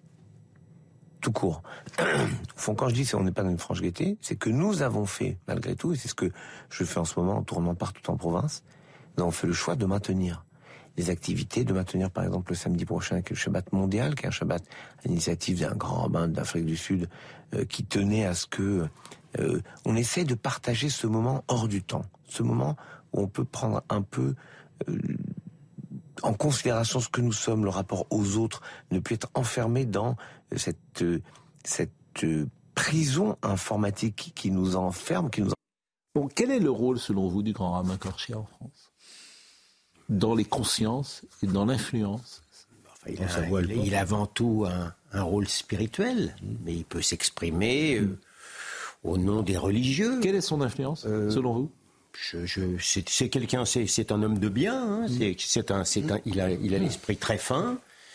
Tout court. Au fond, quand je dis on n'est pas dans une franche gaieté, c'est que nous avons fait, malgré tout, et c'est ce que je fais en ce moment en tournant partout en province, nous avons fait le choix de maintenir les activités, de maintenir par exemple le samedi prochain, qui est le Shabbat mondial, qui est un Shabbat à l'initiative d'un grand rabbin d'Afrique du Sud, qui tenait à ce que on essaie de partager ce moment hors du temps, ce moment où on peut prendre un peu en considération ce que nous sommes, le rapport aux autres, ne plus être enfermé dans cette prison informatique qui nous enferme, Bon, quel est le rôle, selon vous, du grand rabbin Korshia en France ? Dans les consciences et dans l'influence. Il a avant tout un rôle spirituel, mais il peut s'exprimer au nom des religieux. Quelle est son influence, selon vous ? C'est quelqu'un, c'est un homme de bien. Il a l'esprit très fin.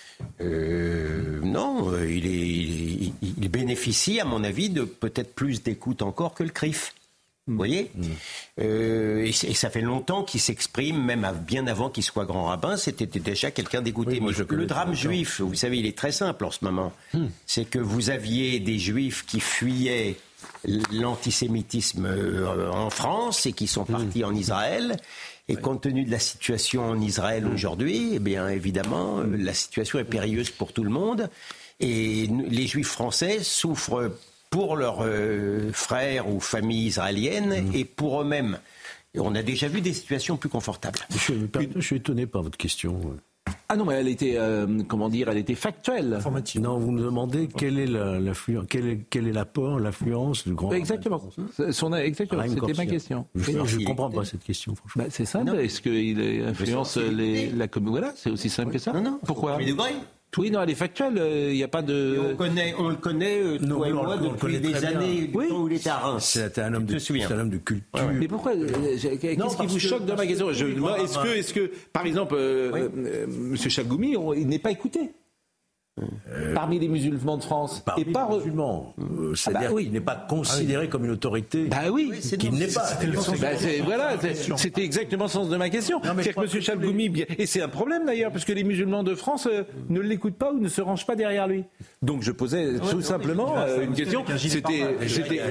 Il bénéficie, à mon avis, de peut-être plus d'écoute encore que le CRIF. Vous voyez et ça fait longtemps qu'il s'exprime, même bien avant qu'il soit grand rabbin, c'était déjà quelqu'un d'écouté. Mais le drame juif, vous savez, il est très simple en ce moment. C'est que vous aviez des juifs qui fuyaient l'antisémitisme en France et qui sont partis en Israël. Et compte tenu de la situation en Israël aujourd'hui, eh bien évidemment, la situation est périlleuse pour tout le monde. Et les juifs français souffrent pour leurs frères ou familles israéliennes et pour eux-mêmes. Et on a déjà vu des situations plus confortables. Je suis étonné par votre question. Ah non, mais elle était, elle était factuelle. Non, vous me demandez quel est l'apport, l'influence du grand... Exactement. Exactement. C'était ma question. Je ne comprends pas cette question, franchement. C'est simple. Est-ce qu'il influence la communauté ? Voilà, c'est aussi simple que ça. Non. Pourquoi ? Oui, non, elle est factuelle. Il n'y a pas de. On le connaît, toi et moi, depuis des années. Où il était à Reims. C'est un homme de culture. Mais pourquoi qu'est-ce qui vous choque dans ma question ? Est-ce que, par exemple, M. Chalgoumi, il n'est pas écouté parmi les musulmans de France. Parmi les musulmans. C'est-à-dire qu'il n'est pas considéré comme une autorité. Qu'il n'est pas. C'était exactement le sens de ma question. C'est que M. Chalgoumi, et c'est un problème d'ailleurs, parce que les musulmans de France ne l'écoutent pas ou ne se rangent pas derrière lui. Donc je posais tout simplement une question. C'était comment ?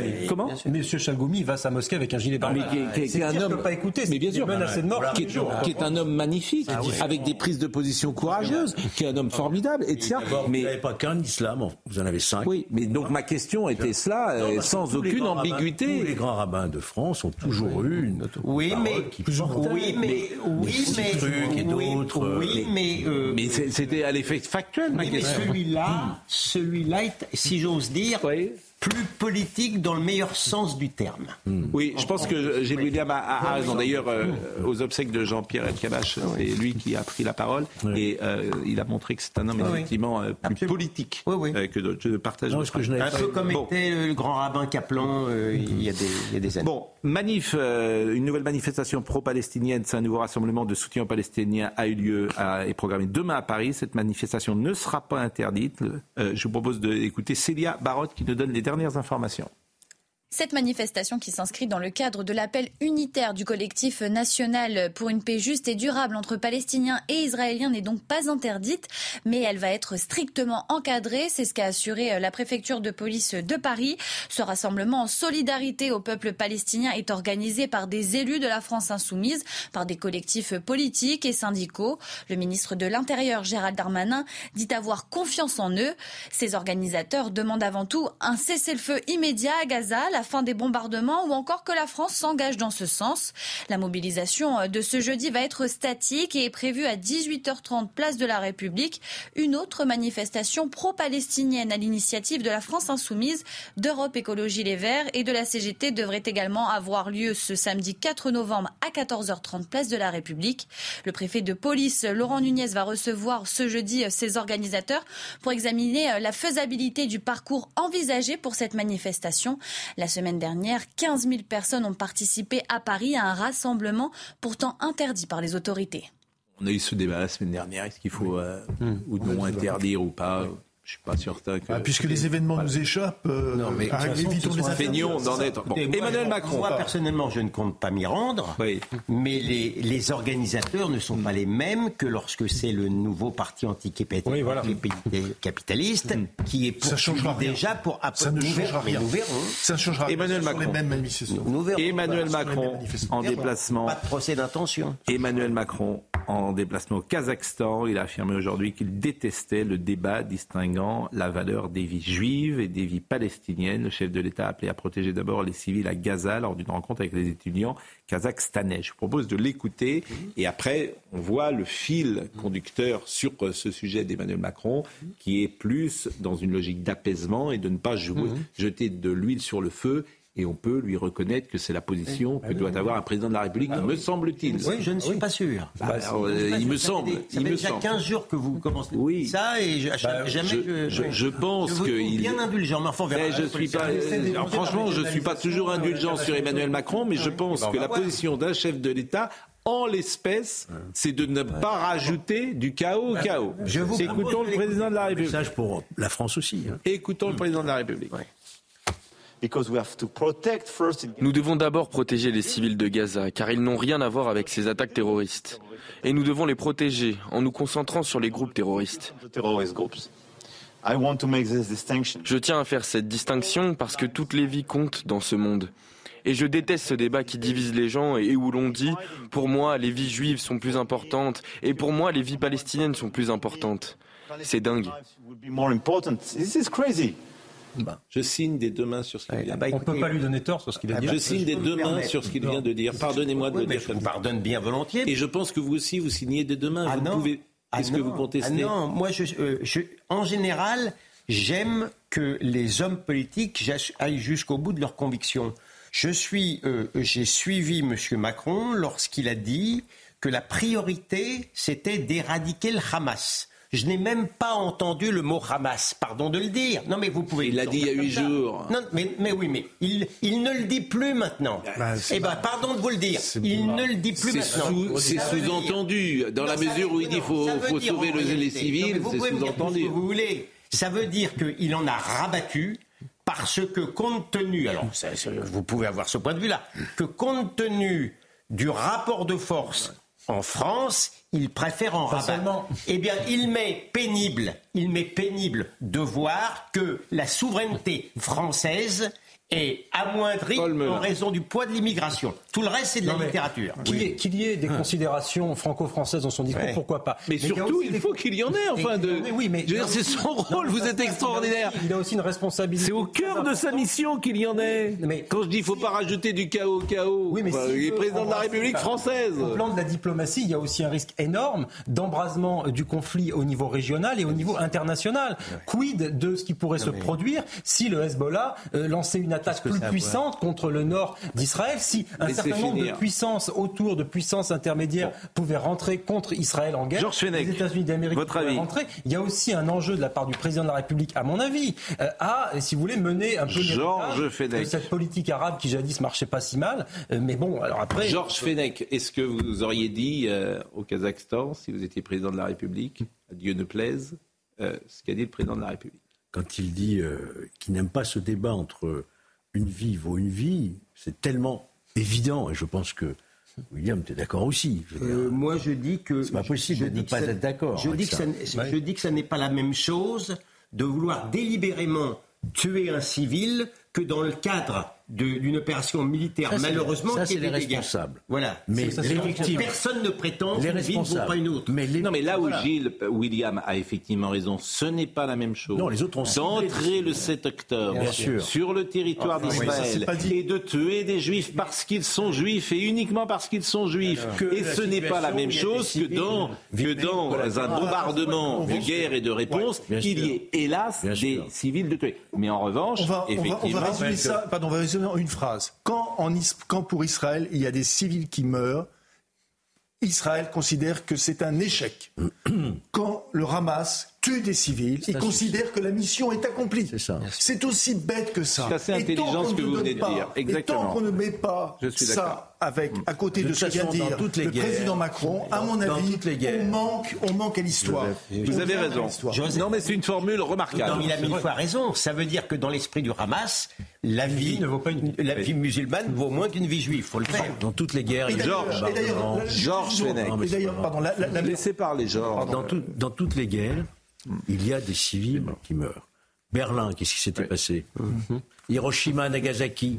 M. Chalgoumi va à sa mosquée avec un gilet pare-balles. Qui est un homme pas écouté, mais bien sûr, menacé de mort, qui est un homme magnifique, avec des prises de position courageuses, qui est un homme formidable, etc. Mais vous n'avez pas qu'un islam, vous en avez 5. Oui, mais donc ma question était cela, sans aucune ambiguïté. Tous les grands rabbins de France ont toujours eu une mais c'était à l'effet factuel, ma question. Celui-là, si j'ose dire, plus politique dans le meilleur sens du terme. Oui, je pense que Gilles William a raison. D'ailleurs, aux obsèques de Jean-Pierre Elkabbach, c'est lui qui a pris la parole et il a montré que c'est un homme effectivement plus politique que d'autres. Je partage votre avis. Un peu comme était le grand rabbin Kaplan il y a des années. Bon, une nouvelle manifestation pro-palestinienne, c'est un nouveau rassemblement de soutien aux Palestiniens a eu lieu, est programmé demain à Paris. Cette manifestation ne sera pas interdite. Je vous propose d'écouter Célia Barotte qui nous donne les dernières informations. Cette manifestation qui s'inscrit dans le cadre de l'appel unitaire du collectif national pour une paix juste et durable entre Palestiniens et Israéliens n'est donc pas interdite, mais elle va être strictement encadrée. C'est ce qu'a assuré la préfecture de police de Paris. Ce rassemblement en solidarité au peuple palestinien est organisé par des élus de la France insoumise, par des collectifs politiques et syndicaux. Le ministre de l'Intérieur, Gérald Darmanin, dit avoir confiance en eux. Ces organisateurs demandent avant tout un cessez-le-feu immédiat à Gaza, la fin des bombardements ou encore que la France s'engage dans ce sens. La mobilisation de ce jeudi va être statique et est prévue à 18h30 place de la République. Une autre manifestation pro-palestinienne à l'initiative de la France insoumise, d'Europe Écologie Les Verts et de la CGT devrait également avoir lieu ce samedi 4 novembre à 14h30 place de la République. Le préfet de police, Laurent Nunez, va recevoir ce jeudi ses organisateurs pour examiner la faisabilité du parcours envisagé pour cette manifestation. La semaine dernière, 15 000 personnes ont participé à Paris à un rassemblement pourtant interdit par les autorités. On a eu ce débat la semaine dernière. Est-ce qu'il faut ou non interdire ou pas ? Je suis pas certain que... puisque les événements nous échappent, évitons les feignons d'en être... Bon. Emmanuel Macron. Moi, personnellement, je ne compte pas m'y rendre, mais les organisateurs ne sont pas les mêmes que lorsque c'est le nouveau parti anticapitaliste qui est poursuivi déjà pour... Ça ne changera rien. Nous verrons. Ça ne changera rien. Emmanuel Macron en déplacement... Pas de procès d'intention. Emmanuel Macron en déplacement au Kazakhstan. Il a affirmé aujourd'hui qu'il détestait le débat distinguant la valeur des vies juives et des vies palestiniennes. Le chef de l'État a appelé à protéger d'abord les civils à Gaza lors d'une rencontre avec les étudiants kazakhstanais. Je vous propose de l'écouter et après on voit le fil conducteur sur ce sujet d'Emmanuel Macron qui est plus dans une logique d'apaisement et de ne pas jeter de l'huile sur le feu. Et on peut lui reconnaître que c'est la position que doit avoir un président de la République, me semble-t-il. Oui, je ne suis pas sûr. Il me semble. Ça fait déjà 15 jours que vous commencez ça et je pense qu'il... bien indulgent, mais enfin, franchement, je ne suis pas toujours indulgent sur Emmanuel Macron, mais je pense que la position d'un chef de l'État... En l'espèce, c'est de ne pas rajouter du chaos au chaos. Écoutons le président de la République. Message pour la France aussi. Écoutons le président de la République. Nous devons d'abord protéger les civils de Gaza, car ils n'ont rien à voir avec ces attaques terroristes. Et nous devons les protéger en nous concentrant sur les groupes terroristes. Je tiens à faire cette distinction parce que toutes les vies comptent dans ce monde. Et je déteste ce débat qui divise les gens et où l'on dit « pour moi, les vies juives sont plus importantes et pour moi, les vies palestiniennes sont plus importantes ». C'est dingue. Je signe des deux mains sur ce qu'il vient de dire. On ne peut pas lui donner tort sur ce qu'il a dit. Je signe des deux mains sur ce qu'il vient de dire. Pardonnez-moi de le dire comme ça. Je pardonne bien volontiers. Et je pense que vous aussi, vous signez des deux mains. Est-ce que vous contestez ? Non, moi, en général, j'aime que les hommes politiques aillent jusqu'au bout de leurs convictions. J'ai suivi M. Macron lorsqu'il a dit que la priorité, c'était d'éradiquer le Hamas. Je n'ai même pas entendu le mot Hamas, pardon de le dire. Non, mais vous pouvez... Il l'a dit il y a 8 jours. Non, mais il ne le dit plus maintenant. Pardon de vous le dire. Il ne le dit plus maintenant. C'est sous-entendu. Dans la mesure où il dit qu'il faut sauver les civils, c'est sous-entendu. Vous voulez. Ça veut dire qu'il en a rabattu parce que compte tenu... Alors, vous pouvez avoir ce point de vue-là. Que compte tenu du rapport de force en France... Il préfère en rabattre. Eh bien, il m'est pénible de voir que la souveraineté française est amoindri en raison du poids de l'immigration. Tout le reste, c'est de la littérature. Qu'il y ait des considérations franco-françaises dans son discours, pourquoi pas. Mais surtout, il faut qu'il y en ait. Enfin, c'est son rôle, vous êtes extraordinaire. Il a aussi une responsabilité. C'est au cœur de sa mission qu'il y en ait. Quand je dis qu'il ne faut pas rajouter du chaos au chaos, il est président de la République française. Au plan de la diplomatie, il y a aussi un risque énorme d'embrasement du conflit au niveau régional et au niveau international. Quid de ce qui pourrait se produire si le Hezbollah lançait une attaque plus puissante contre le nord d'Israël, si un certain nombre de puissances autour de puissances intermédiaires pouvaient rentrer contre Israël en guerre, Georges Fenech, les États-Unis d'Amérique pouvaient rentrer. Il y a aussi un enjeu de la part du président de la République, à mon avis, à, si vous voulez, mener un peu de cette politique arabe qui jadis marchait pas si mal. Mais bon, alors après... Georges Fenech, est-ce que vous auriez dit au Kazakhstan, si vous étiez président de la République, à Dieu ne plaise, ce qu'a dit le président de la République? Quand il dit qu'il n'aime pas ce débat entre une vie vaut une vie, c'est tellement évident, et je pense que William, tu es d'accord aussi. Moi, je dis que... C'est pas possible de ne pas être d'accord. Je dis que ça n'est pas la même chose de vouloir délibérément tuer un civil que dans le cadre d'une opération militaire, ça, malheureusement, c'est les responsables. Voilà. Mais les victimes, personne ne prétend qu'une vie ne vaut pas une autre. Non, mais là où William a effectivement raison, ce n'est pas la même chose. Non, les autres ont d'entrer le 7 octobre sur le territoire d'Israël et de tuer des juifs parce qu'ils sont juifs et uniquement parce qu'ils sont juifs. Et ce n'est pas la même chose que dans un bombardement de guerre et de réponse, qu'il y ait hélas des civils de tués. Mais en revanche, on va résumer ça. Pardon, on va résumer en une phrase. Quand pour Israël il y a des civils qui meurent, Israël considère que c'est un échec. Quand le Hamas tue des civils, il considère que la mission est accomplie. C'est ça. C'est aussi bête que ça. C'est assez intelligent ce que vous venez de dire. Exactement. Et tant qu'on ne met pas ça à côté de ce que vient de dire le président Macron, à mon avis, on manque à l'histoire. Vous avez raison. Non, mais c'est une formule remarquable. Non, il a mille fois raison. Ça veut dire que dans l'esprit du Hamas, la vie musulmane vaut moins qu'une vie juive. Il faut le faire. Dans toutes les guerres, Georges Fenech. Laissez parler Georges. Dans toutes les guerres, il y a des civils qui meurent. Berlin, qu'est-ce qui s'était passé? Hiroshima, Nagasaki.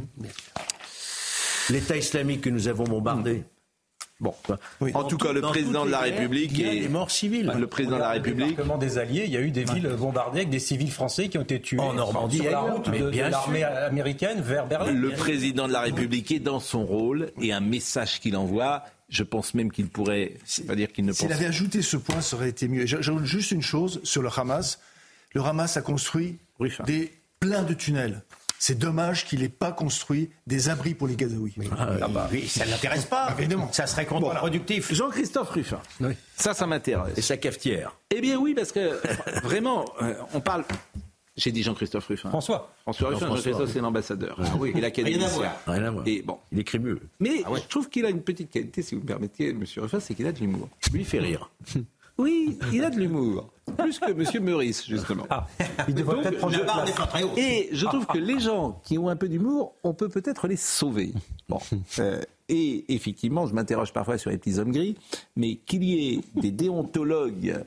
L'État islamique que nous avons bombardé. Bon, en tout cas, le président de la République il y a des morts civiles. Le président de la République. Au des Alliés, il y a eu des villes bombardées avec des civils français qui ont été tués en Normandie sur la route de l'armée américaine vers Berlin. Le président de la République est dans son rôle et un message qu'il envoie. Je pense même qu'il pourrait, c'est pas dire qu'il ne pense. S'il avait ajouté ce point, ça aurait été mieux. J'ajoute juste une chose sur le Hamas. Le Hamas a construit plein de tunnels. C'est dommage qu'il n'ait pas construit des abris pour les Gazaouis. Ça ne l'intéresse pas. Évidemment. Ça serait contre-productif. Jean-Christophe Ruffin, ça m'intéresse. Et sa cafetière. Eh bien oui, parce que vraiment, on parle... J'ai dit Jean-Christophe Ruffin. François Ruffin, Jean-Christophe, c'est l'ambassadeur. Oui. Et l'académicien. Rien à voir. Et bon. Il écrit mieux. Mais je trouve qu'il a une petite qualité, si vous me permettez, M. Ruffin, c'est qu'il a de l'humour. Lui, il fait rire. Oui, il a de l'humour. Plus que M. Meurice, justement. Il devrait peut-être prendre la barre très haute. Et je trouve que les gens qui ont un peu d'humour, on peut peut-être les sauver. Bon. Et effectivement, je m'interroge parfois sur les petits hommes gris, mais qu'il y ait des déontologues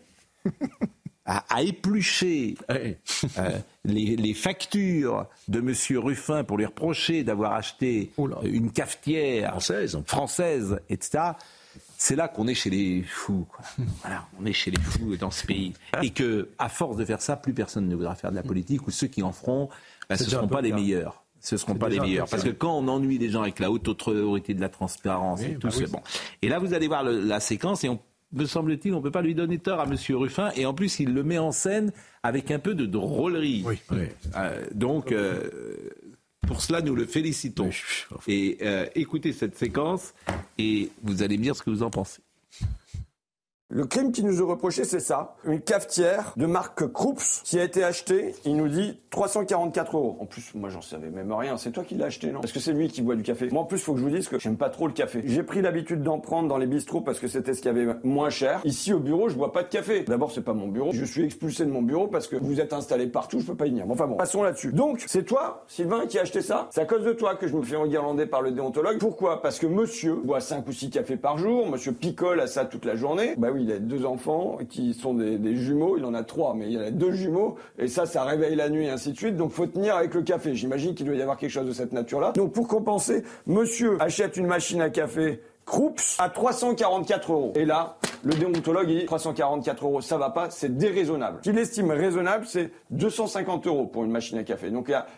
à éplucher les factures de M. Ruffin pour lui reprocher d'avoir acheté une cafetière française, etc., c'est là qu'on est chez les fous. Voilà, on est chez les fous dans ce pays. Et que, à force de faire ça, plus personne ne voudra faire de la politique, ou ceux qui en feront, ce ne seront pas les meilleurs. Ce ne seront pas les meilleurs. Parce que quand on ennuie les gens avec la haute autorité de la transparence et tout, c'est bon. Et là, vous allez voir la séquence, et me semble-t-il, on ne peut pas lui donner tort à M. Ruffin, et en plus, il le met en scène avec un peu de drôlerie. Donc, pour cela, nous le félicitons. Et écoutez cette séquence, et vous allez me dire ce que vous en pensez. Le crime qui nous est reproché, c'est ça. Une cafetière de marque Krups qui a été achetée, il nous dit 344 €. En plus, moi, j'en savais même rien. C'est toi qui l'as acheté, non? Parce que c'est lui qui boit du café. Moi, en plus, faut que je vous dise que j'aime pas trop le café. J'ai pris l'habitude d'en prendre dans les bistrots parce que c'était ce qu'il y avait moins cher. Ici, au bureau, je bois pas de café. D'abord, c'est pas mon bureau. Je suis expulsé de mon bureau parce que vous êtes installé partout, je peux pas y venir. Bon, enfin bon, passons là-dessus. Donc, c'est toi, Sylvain, qui a acheté ça? C'est à cause de toi que je me fais enguirlander par le déontologue. Pourquoi? Parce que monsieur boit 5 ou 6 cafés par jour, monsieur picole à ça toute la journée. Bah oui, il a 2 enfants qui sont des jumeaux, il en a 3, mais il a 2 jumeaux, et ça réveille la nuit, et ainsi de suite, donc faut tenir avec le café. J'imagine qu'il doit y avoir quelque chose de cette nature-là. Donc pour compenser, monsieur achète une machine à café Krups à 344 €. Et là, le déontologue, il dit 344 €, ça va pas, c'est déraisonnable. Ce qu'il estime raisonnable, c'est 250 € pour une machine à café. Donc il y a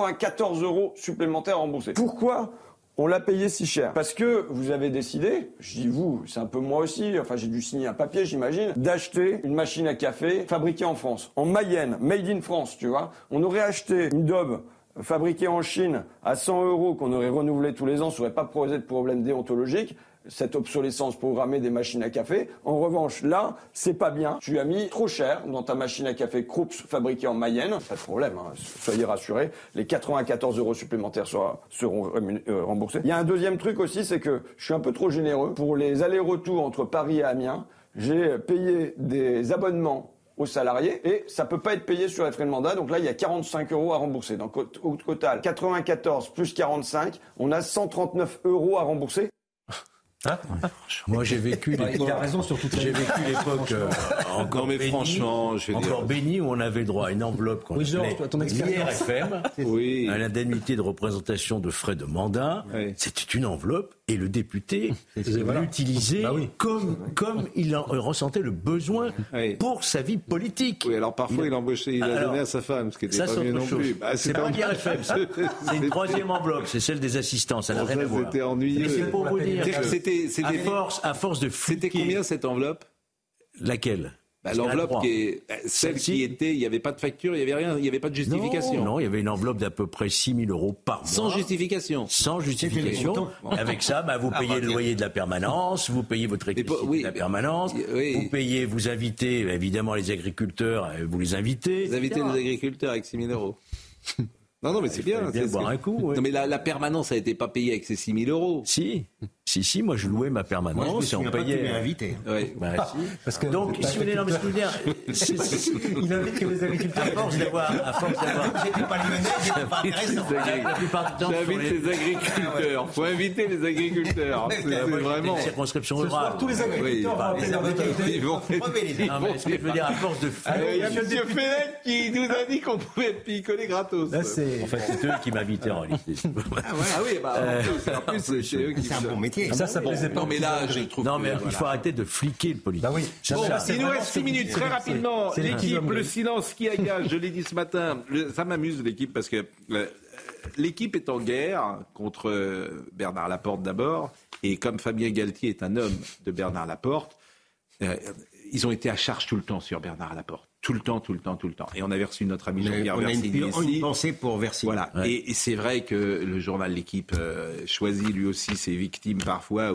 94 € supplémentaires remboursés. Pourquoi on l'a payé si cher? Parce que vous avez décidé, je dis vous, c'est un peu moi aussi, enfin j'ai dû signer un papier, j'imagine, d'acheter une machine à café fabriquée en France, en Mayenne, made in France, tu vois. On aurait acheté une daube fabriquée en Chine à 100 € qu'on aurait renouvelé tous les ans, ça n'aurait pas posé de problème déontologique, cette obsolescence programmée des machines à café. En revanche, là, c'est pas bien. Tu as mis trop cher dans ta machine à café Krups fabriquée en Mayenne. Pas de problème, hein. Soyez rassurés. Les 94 € supplémentaires seront remboursés. Il y a un deuxième truc aussi, c'est que je suis un peu trop généreux. Pour les allers-retours entre Paris et Amiens, j'ai payé des abonnements aux salariés et ça peut pas être payé sur les frais de mandat. Donc là, il y a 45 € à rembourser. Donc au total, 94 plus 45, on a 139 € à rembourser. Hein? Moi j'ai vécu l'époque. Il a raison sur toute la. J'ai vécu l'époque encore bénie, franchement, béni où on avait droit à une enveloppe qu'on appelait l'IRFM, à l'indemnité de représentation de frais de mandat. Oui. C'était une enveloppe et le député l'utilisait comme il en ressentait le besoin pour sa vie politique. Oui, alors parfois il donnait à sa femme, ce qui n'était pas mieux non plus. Bah, c'est pas l'IRFM, c'est une troisième enveloppe, c'est celle des assistants, ça n'a rien à voir. C'était ennuyeux. Mais c'est pour vous dire que à force de fliquer. C'était combien cette enveloppe? Laquelle? L'enveloppe qui était, il n'y avait pas de facture, il n'y avait rien, il n'y avait pas de justification. Non, il y avait une enveloppe d'à peu près 6 000 € par mois. Sans justification. Sans justification. Avec ça, vous payez le loyer de la permanence, vous payez votre électricité de la permanence, vous invitez évidemment les agriculteurs, vous les invitez. Vous invitez les agriculteurs avec 6 000 €. Non, mais c'est bien. Boire un coup. Non, mais la permanence n'a été pas payée avec ces 6 000 €. Si, moi je louais ma permanence et on payait. Tu m'as invité. Oui. Parce que donc, si vous voulez, non, mais ce que je veux dire, il invite que les agriculteurs. À force d'avoir. J'étais pas lyonnais, j'étais pas intéressant. La plupart du temps. J'invite les agriculteurs. Faut inviter les agriculteurs. C'est vraiment. Circonscription rurale. Tous les agriculteurs vont Non, mais ce que je veux dire, à force de. Il y a M. Fenech qui nous a dit qu'on pouvait picoler gratos. En fait, c'est eux qui m'invitaient en réalité. Ah oui, en plus, c'est eux qui. C'est un bon métier. Ça plaisait pas. Non, mais là, je trouve. Non, mais il faut arrêter de fliquer le politique. Bon, il nous reste 6 minutes, très rapidement. L'équipe, le silence qui agace, je l'ai dit ce matin. Ça m'amuse, l'équipe, parce que l'équipe est en guerre contre Bernard Laporte d'abord. Et comme Fabien Galtier est un homme de Bernard Laporte, ils ont été à charge tout le temps sur Bernard Laporte. Tout le temps. Et on avait reçu notre ami Jean-Pierre Versini. On a une pensée pour Versini. Voilà. Ouais. Et c'est vrai que le journal L'Équipe choisit lui aussi ses victimes parfois,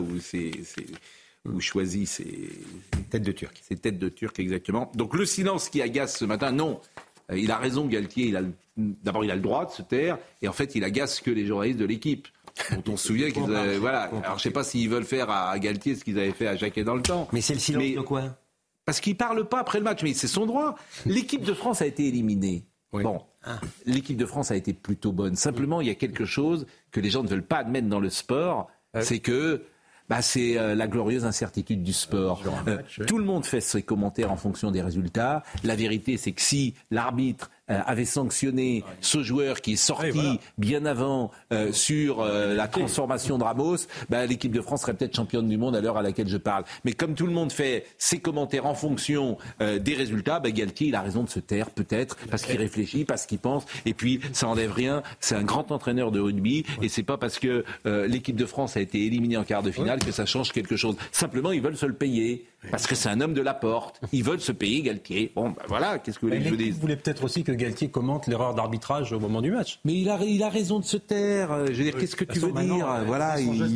ou choisit ses têtes de Turc. Ses têtes de Turc, exactement. Donc le silence qui agace ce matin, non. Il a raison, Galtier. D'abord, il a le droit de se taire. Et en fait, il agace que les journalistes de L'Équipe. Dont on se souvient qu'ils avaient, voilà. Alors je sais pas s'ils veulent faire à Galtier ce qu'ils avaient fait à Jacquet dans le temps. Mais c'est le silence de quoi? Parce qu'il parle pas après le match, mais c'est son droit. L'équipe de France a été éliminée. Oui. Bon, l'équipe de France a été plutôt bonne. Simplement, il y a quelque chose que les gens ne veulent pas admettre dans le sport, c'est que c'est la glorieuse incertitude du sport. Tout le monde fait ses commentaires en fonction des résultats. La vérité, c'est que si l'arbitre avait sanctionné ce joueur qui est sorti bien avant sur la transformation de Ramos, l'équipe de France serait peut-être championne du monde à l'heure à laquelle je parle. Mais comme tout le monde fait ses commentaires en fonction des résultats, Galtier, il a raison de se taire peut-être, parce qu'il réfléchit, parce qu'il pense, et puis ça enlève rien. C'est un grand entraîneur de rugby, et c'est pas parce que l'équipe de France a été éliminée en quart de finale que ça change quelque chose. Simplement, ils veulent se le payer. Parce que c'est un homme de Laporte. Ils veulent se payer, Galtier. Bon, voilà, qu'est-ce que vous voulez que je vous dise? Vous voulez peut-être aussi que Galtier commente l'erreur d'arbitrage au moment du match. Mais il a raison de se taire. Je veux dire, qu'est-ce que tu veux dire? Voilà,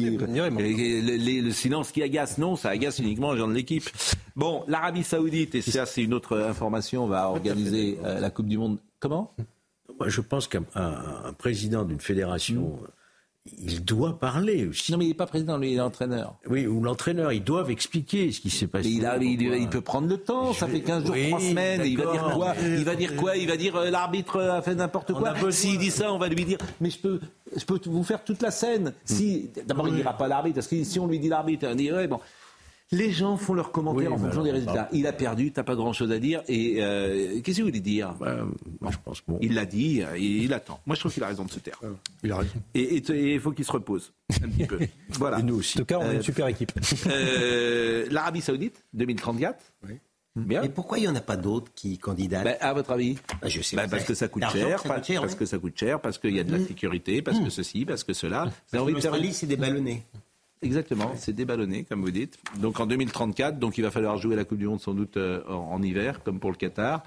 le silence qui agace. Non, ça agace uniquement les gens de l'équipe. Bon, l'Arabie Saoudite, et ça c'est une autre information, va organiser la Coupe du Monde. Comment? Je pense qu'un président d'une fédération... Il doit parler aussi. Non, mais il n'est pas président, lui, il est entraîneur. Oui, ou l'entraîneur, ils doivent expliquer ce qui s'est passé. Il peut prendre le temps, ça fait 15 jours, 3 semaines, et il va dire quoi? Il va dire l'arbitre a fait n'importe quoi. S'il dit ça, on va lui dire, mais je peux vous faire toute la scène. D'abord, il ne dira pas l'arbitre, parce que si on lui dit l'arbitre, on dit, bon. Les gens font leurs commentaires en fonction des résultats. Il a perdu, t'as pas grand-chose à dire. Et qu'est-ce que vous voulez dire? Moi, je pense bon. Il l'a dit, il attend. Moi, je trouve qu'il a raison de se taire. Il a raison. Et il faut qu'il se repose un petit peu. Voilà. Et nous aussi. En tout cas, on est une super équipe. L'Arabie Saoudite, 2034. Oui. Bien. Et pourquoi il n'y en a pas d'autres qui candidatent? À votre avis? Je sais parce que ça coûte cher, parce que ça coûte cher, parce qu'il y a de la sécurité, parce que ceci, parce que cela. L'Australie, c'est déballonné. Exactement, c'est déballonné, comme vous dites. Donc en 2034, donc il va falloir jouer la Coupe du Monde sans doute en hiver, comme pour le Qatar.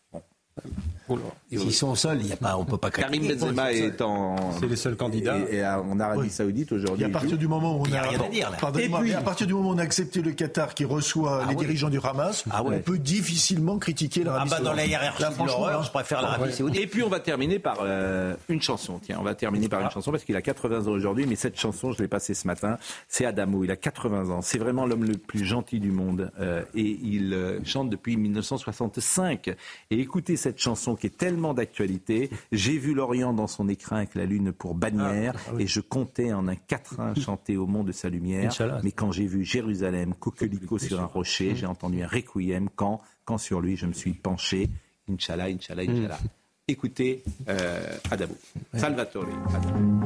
S'ils sont au sol, on peut pas Karim Benzema est c'est les seuls candidats. Et en Arabie Saoudite aujourd'hui. Et à partir du moment où on a rien à dire là. À partir du moment où on a accepté le Qatar qui reçoit les dirigeants du Hamas, on peut difficilement critiquer l'Arabie Saoudite. Dans la hiérarchie de l'horreur, je préfère l'Arabie Saoudite. Et puis on va terminer par une chanson. Tiens, on va terminer par une chanson parce qu'il a 80 ans aujourd'hui, mais cette chanson, je l'ai passée ce matin. C'est Adamo, il a 80 ans. C'est vraiment l'homme le plus gentil du monde et il chante depuis 1965. Et écoutez cette chanson qui est tellement d'actualité. J'ai vu l'Orient dans son écrin avec la lune pour bannière et je comptais en un quatrain chanter au mont de sa lumière. Inch'Allah. Mais quand j'ai vu Jérusalem, coquelicot sur un rocher, j'ai entendu un requiem quand sur lui je me suis penché. Inch'Allah, Inch'Allah, Inch'Allah. Écoutez Adamo. Salvatore Adamo.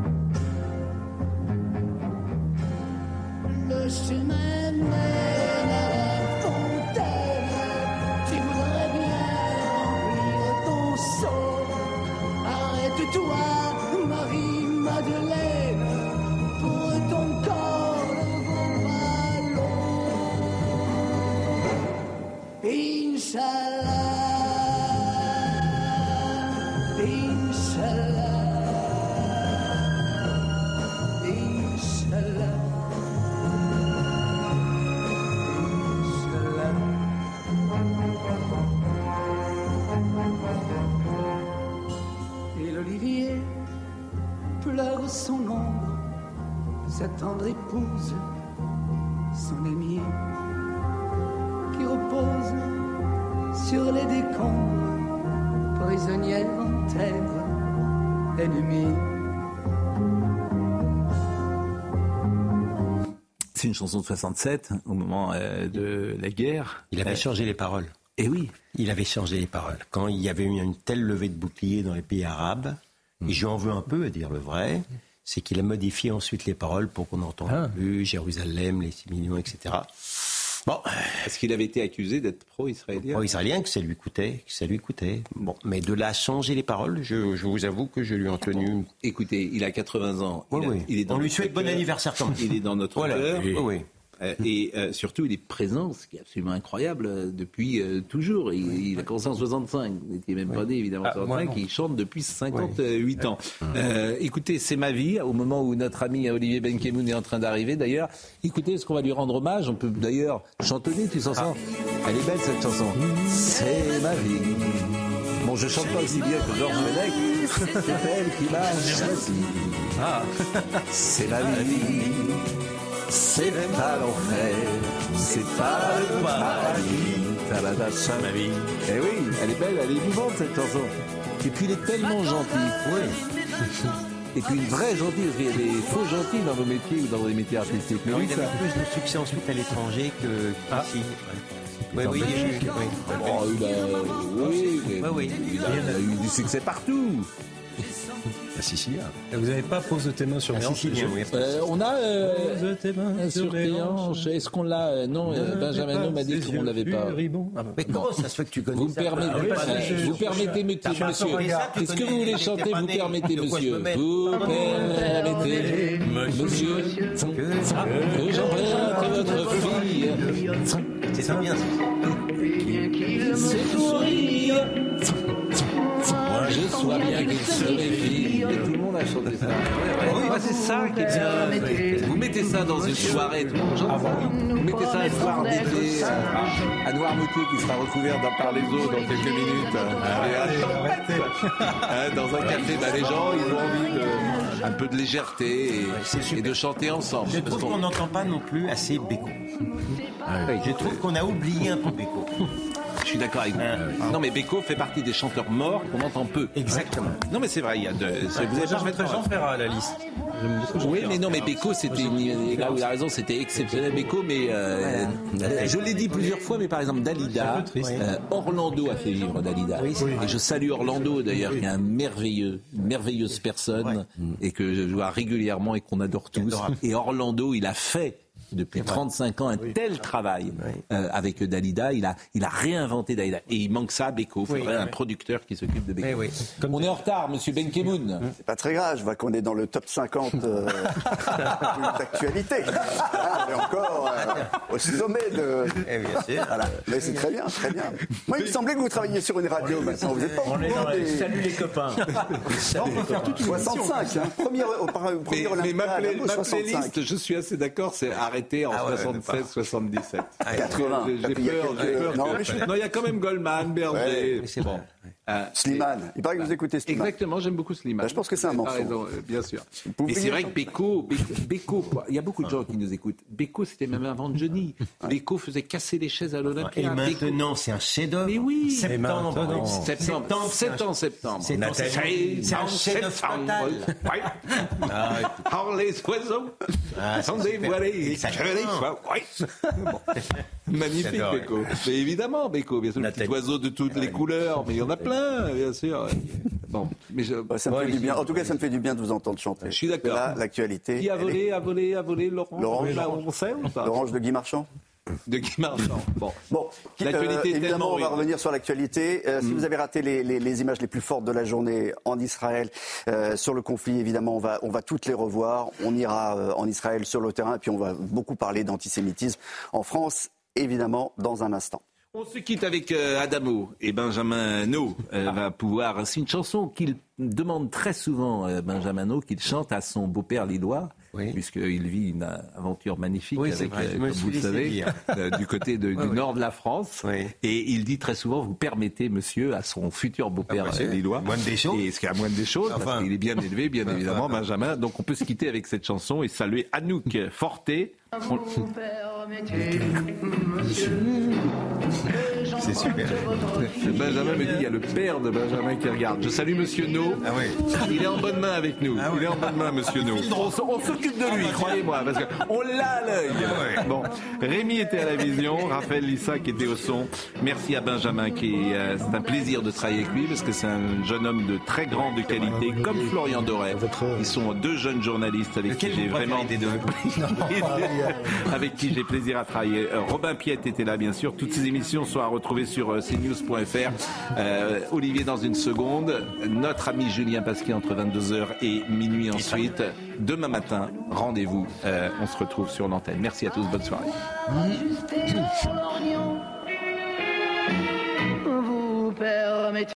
Le chemin mène à la fontaine. Tu voudrais bien remplir ton seau. Arrête-toi, Marie-Madeleine, pour ton corps ne vaut pas l'eau. Inch'Allah, Inch'Allah, Inch'Allah. Et l'olivier pleure son ombre, sa tendre épouse, son amie, qui repose sur les décombres, prisonnière en terre ennemie. C'est une chanson de 67, au moment de la guerre. Il avait changé les paroles. Eh oui. Il avait changé les paroles. Quand il y avait eu une telle levée de boucliers dans les pays arabes, et je lui en veux un peu, à dire le vrai, c'est qu'il a modifié ensuite les paroles pour qu'on n'entende plus Jérusalem, les 6 millions, etc. Bon. Est-ce qu'il avait été accusé d'être pro-israélien? Pro-israélien, que ça lui coûtait. Bon, mais de là changer les paroles, je vous avoue que je lui en tenu. Écoutez, il a 80 ans. Il est dans on lui souhaite bon anniversaire quand même. Il est dans notre cœur. Oui. Et surtout, il est présent, ce qui est absolument incroyable, depuis toujours. Il a commencé en 65, il n'était même pas né, évidemment, en 65, il chante depuis 58 ans. Écoutez, c'est ma vie, au moment où notre ami Olivier Benkemoun est en train d'arriver, d'ailleurs. Écoutez, est-ce qu'on va lui rendre hommage? On peut d'ailleurs chantonner, tu sens ça? Elle est belle, cette chanson. C'est ma vie. Bon, je chante pas aussi bien que Georges Fenech, c'est elle qui m'a choisi. C'est ma vie. C'est pas l'enfer, c'est pas le paradis. C'est ma vie. Eh oui, elle est belle, elle est vivante cette chanson. Et puis il est tellement gentil. Oui. Et puis une vraie gentille, parce qu'il y a des faux gentils dans vos métiers ou dans vos métiers artistiques. Mais il avait plus de succès ensuite à l'étranger qu'ici. Oui. Il a eu du succès partout. La Sicilien. Vous n'avez pas posé tes mains sur les hanches? On a pose tes mains sur les hanches. Est-ce qu'on l'a? Non, Benjamin m'a dit qu'on l'avait pas. Mais comment ça se fait que tu connais ça? Vous permettez, monsieur. Est-ce que vous voulez chanter? Vous permettez, monsieur. Vous permettez, monsieur, que j'emprunte votre fille. C'est bien ça. C'est sourire. Je sois bien qu'il se méfie. Tout le monde a chanté ça. C'est ça qui est bien. Vous mettez ça dans une soirée, tout le monde. Vous mettez ça un soir d'été à Noirmoutier qui sera recouvert par les eaux dans quelques minutes. Dans un café, les gens ils ont envie un peu de légèreté et de chanter ensemble. Je trouve qu'on n'entend pas non plus assez Beko. Je trouve qu'on a oublié un peu Beko. Je suis d'accord avec vous. Non, mais Beko fait partie des chanteurs morts qu'on entend peu. Exactement. Non, mais c'est vrai, il y a deux. Vous avez pas mettre Jean Ferrat à la liste. Oui, mais non, mais Beko, c'était là où il a raison, c'était exceptionnel, Beko, mais je l'ai dit plusieurs fois, mais par exemple, Dalida, Orlando a fait vivre Dalida. Et je salue Orlando, d'ailleurs, qui est une merveilleuse personne, et que je vois régulièrement et qu'on adore tous. Et Orlando, il a fait depuis 35 ans un tel travail avec Dalida, il a réinventé Dalida. Et il manque ça à Beko. Il faudrait un producteur qui s'occupe de Beko. On est en retard, monsieur Benkemoun. C'est pas très grave, je vois qu'on est dans le top 50 d'actualité. On est encore au sommet de... Voilà. Mais c'est très bien, très bien. Moi, il me semblait que vous travailliez sur une radio maintenant. Vous êtes pas Salut les copains. On peut faire toute une 65, hein. Premier mais ma playlist, je suis assez d'accord, c'est arrêté en 76-77. 80. J'ai peur. Non, il y a quand même Goldman, Berger. C'est bon. Slimane. Il paraît que vous écoutez Slimane. Exactement, j'aime beaucoup Slimane. Je pense que c'est un morceau. Bien sûr. Et c'est vrai que Beko, il y a beaucoup de gens qui nous écoutent. Beko, c'était même avant Johnny. Beko faisait casser les chaises à l'Olympia. Et maintenant, c'est un chef-d'œuvre. Mais oui. Septembre. C'est un chef-d'œuvre fatal. Les oiseaux. Attendez, voilà. Magnifique, Beko. Mais évidemment, Beko, bien sûr, le petit oiseau de toutes les couleurs, mais il y en a plein, bien sûr. Bon, mais ça me fait du bien. En tout cas, ça me fait du bien de vous entendre chanter. Je suis d'accord. Là, l'actualité. Qui a volé l'orange on sait ou pas? L'orange de Guy Marchand. De Guy Marchand. Bon. L'actualité évidemment, on va revenir sur l'actualité. Si vous avez raté les images les plus fortes de la journée en Israël, sur le conflit, évidemment, on va toutes les revoir. On ira en Israël sur le terrain, et puis on va beaucoup parler d'antisémitisme en France, évidemment, dans un instant. On se quitte avec Adamo et Benjamin No va pouvoir. C'est une chanson qu'il demande très souvent, Benjamin No, qu'il chante à son beau-père lillois, puisqu'il vit une aventure magnifique avec, comme vous le savez, du côté du nord de la France. Et il dit très souvent, vous permettez, monsieur, à son futur beau-père lillois. Moindre des choses. Et ce qui est à moindre des choses, parce qu'il est bien élevé, bien évidemment, Benjamin. Donc on peut se quitter avec cette chanson et saluer Anouk Forté. C'est super. Benjamin me dit, il y a le père de Benjamin qui regarde. Je salue monsieur No. Il est en bonne main avec nous. Il est en bonne main, monsieur No. On s'occupe de lui, croyez-moi, parce qu'on l'a à l'œil. Bon, Rémi était à la vision, Raphaël Lissa qui était au son. Merci à Benjamin, c'est un plaisir de travailler avec lui, parce que c'est un jeune homme de très grande qualité, comme Florian Doré. Ils sont deux jeunes journalistes avec qui j'ai vraiment... avec qui j'ai plaisir à travailler. Robin Piette était là, bien sûr. Toutes ces émissions sont à retrouver sur cnews.fr. Olivier dans une seconde. Notre ami Julien Pasquier entre 22h et minuit ensuite. Demain matin, rendez-vous. On se retrouve sur l'antenne. Merci à tous. Bonne soirée. Vous permettez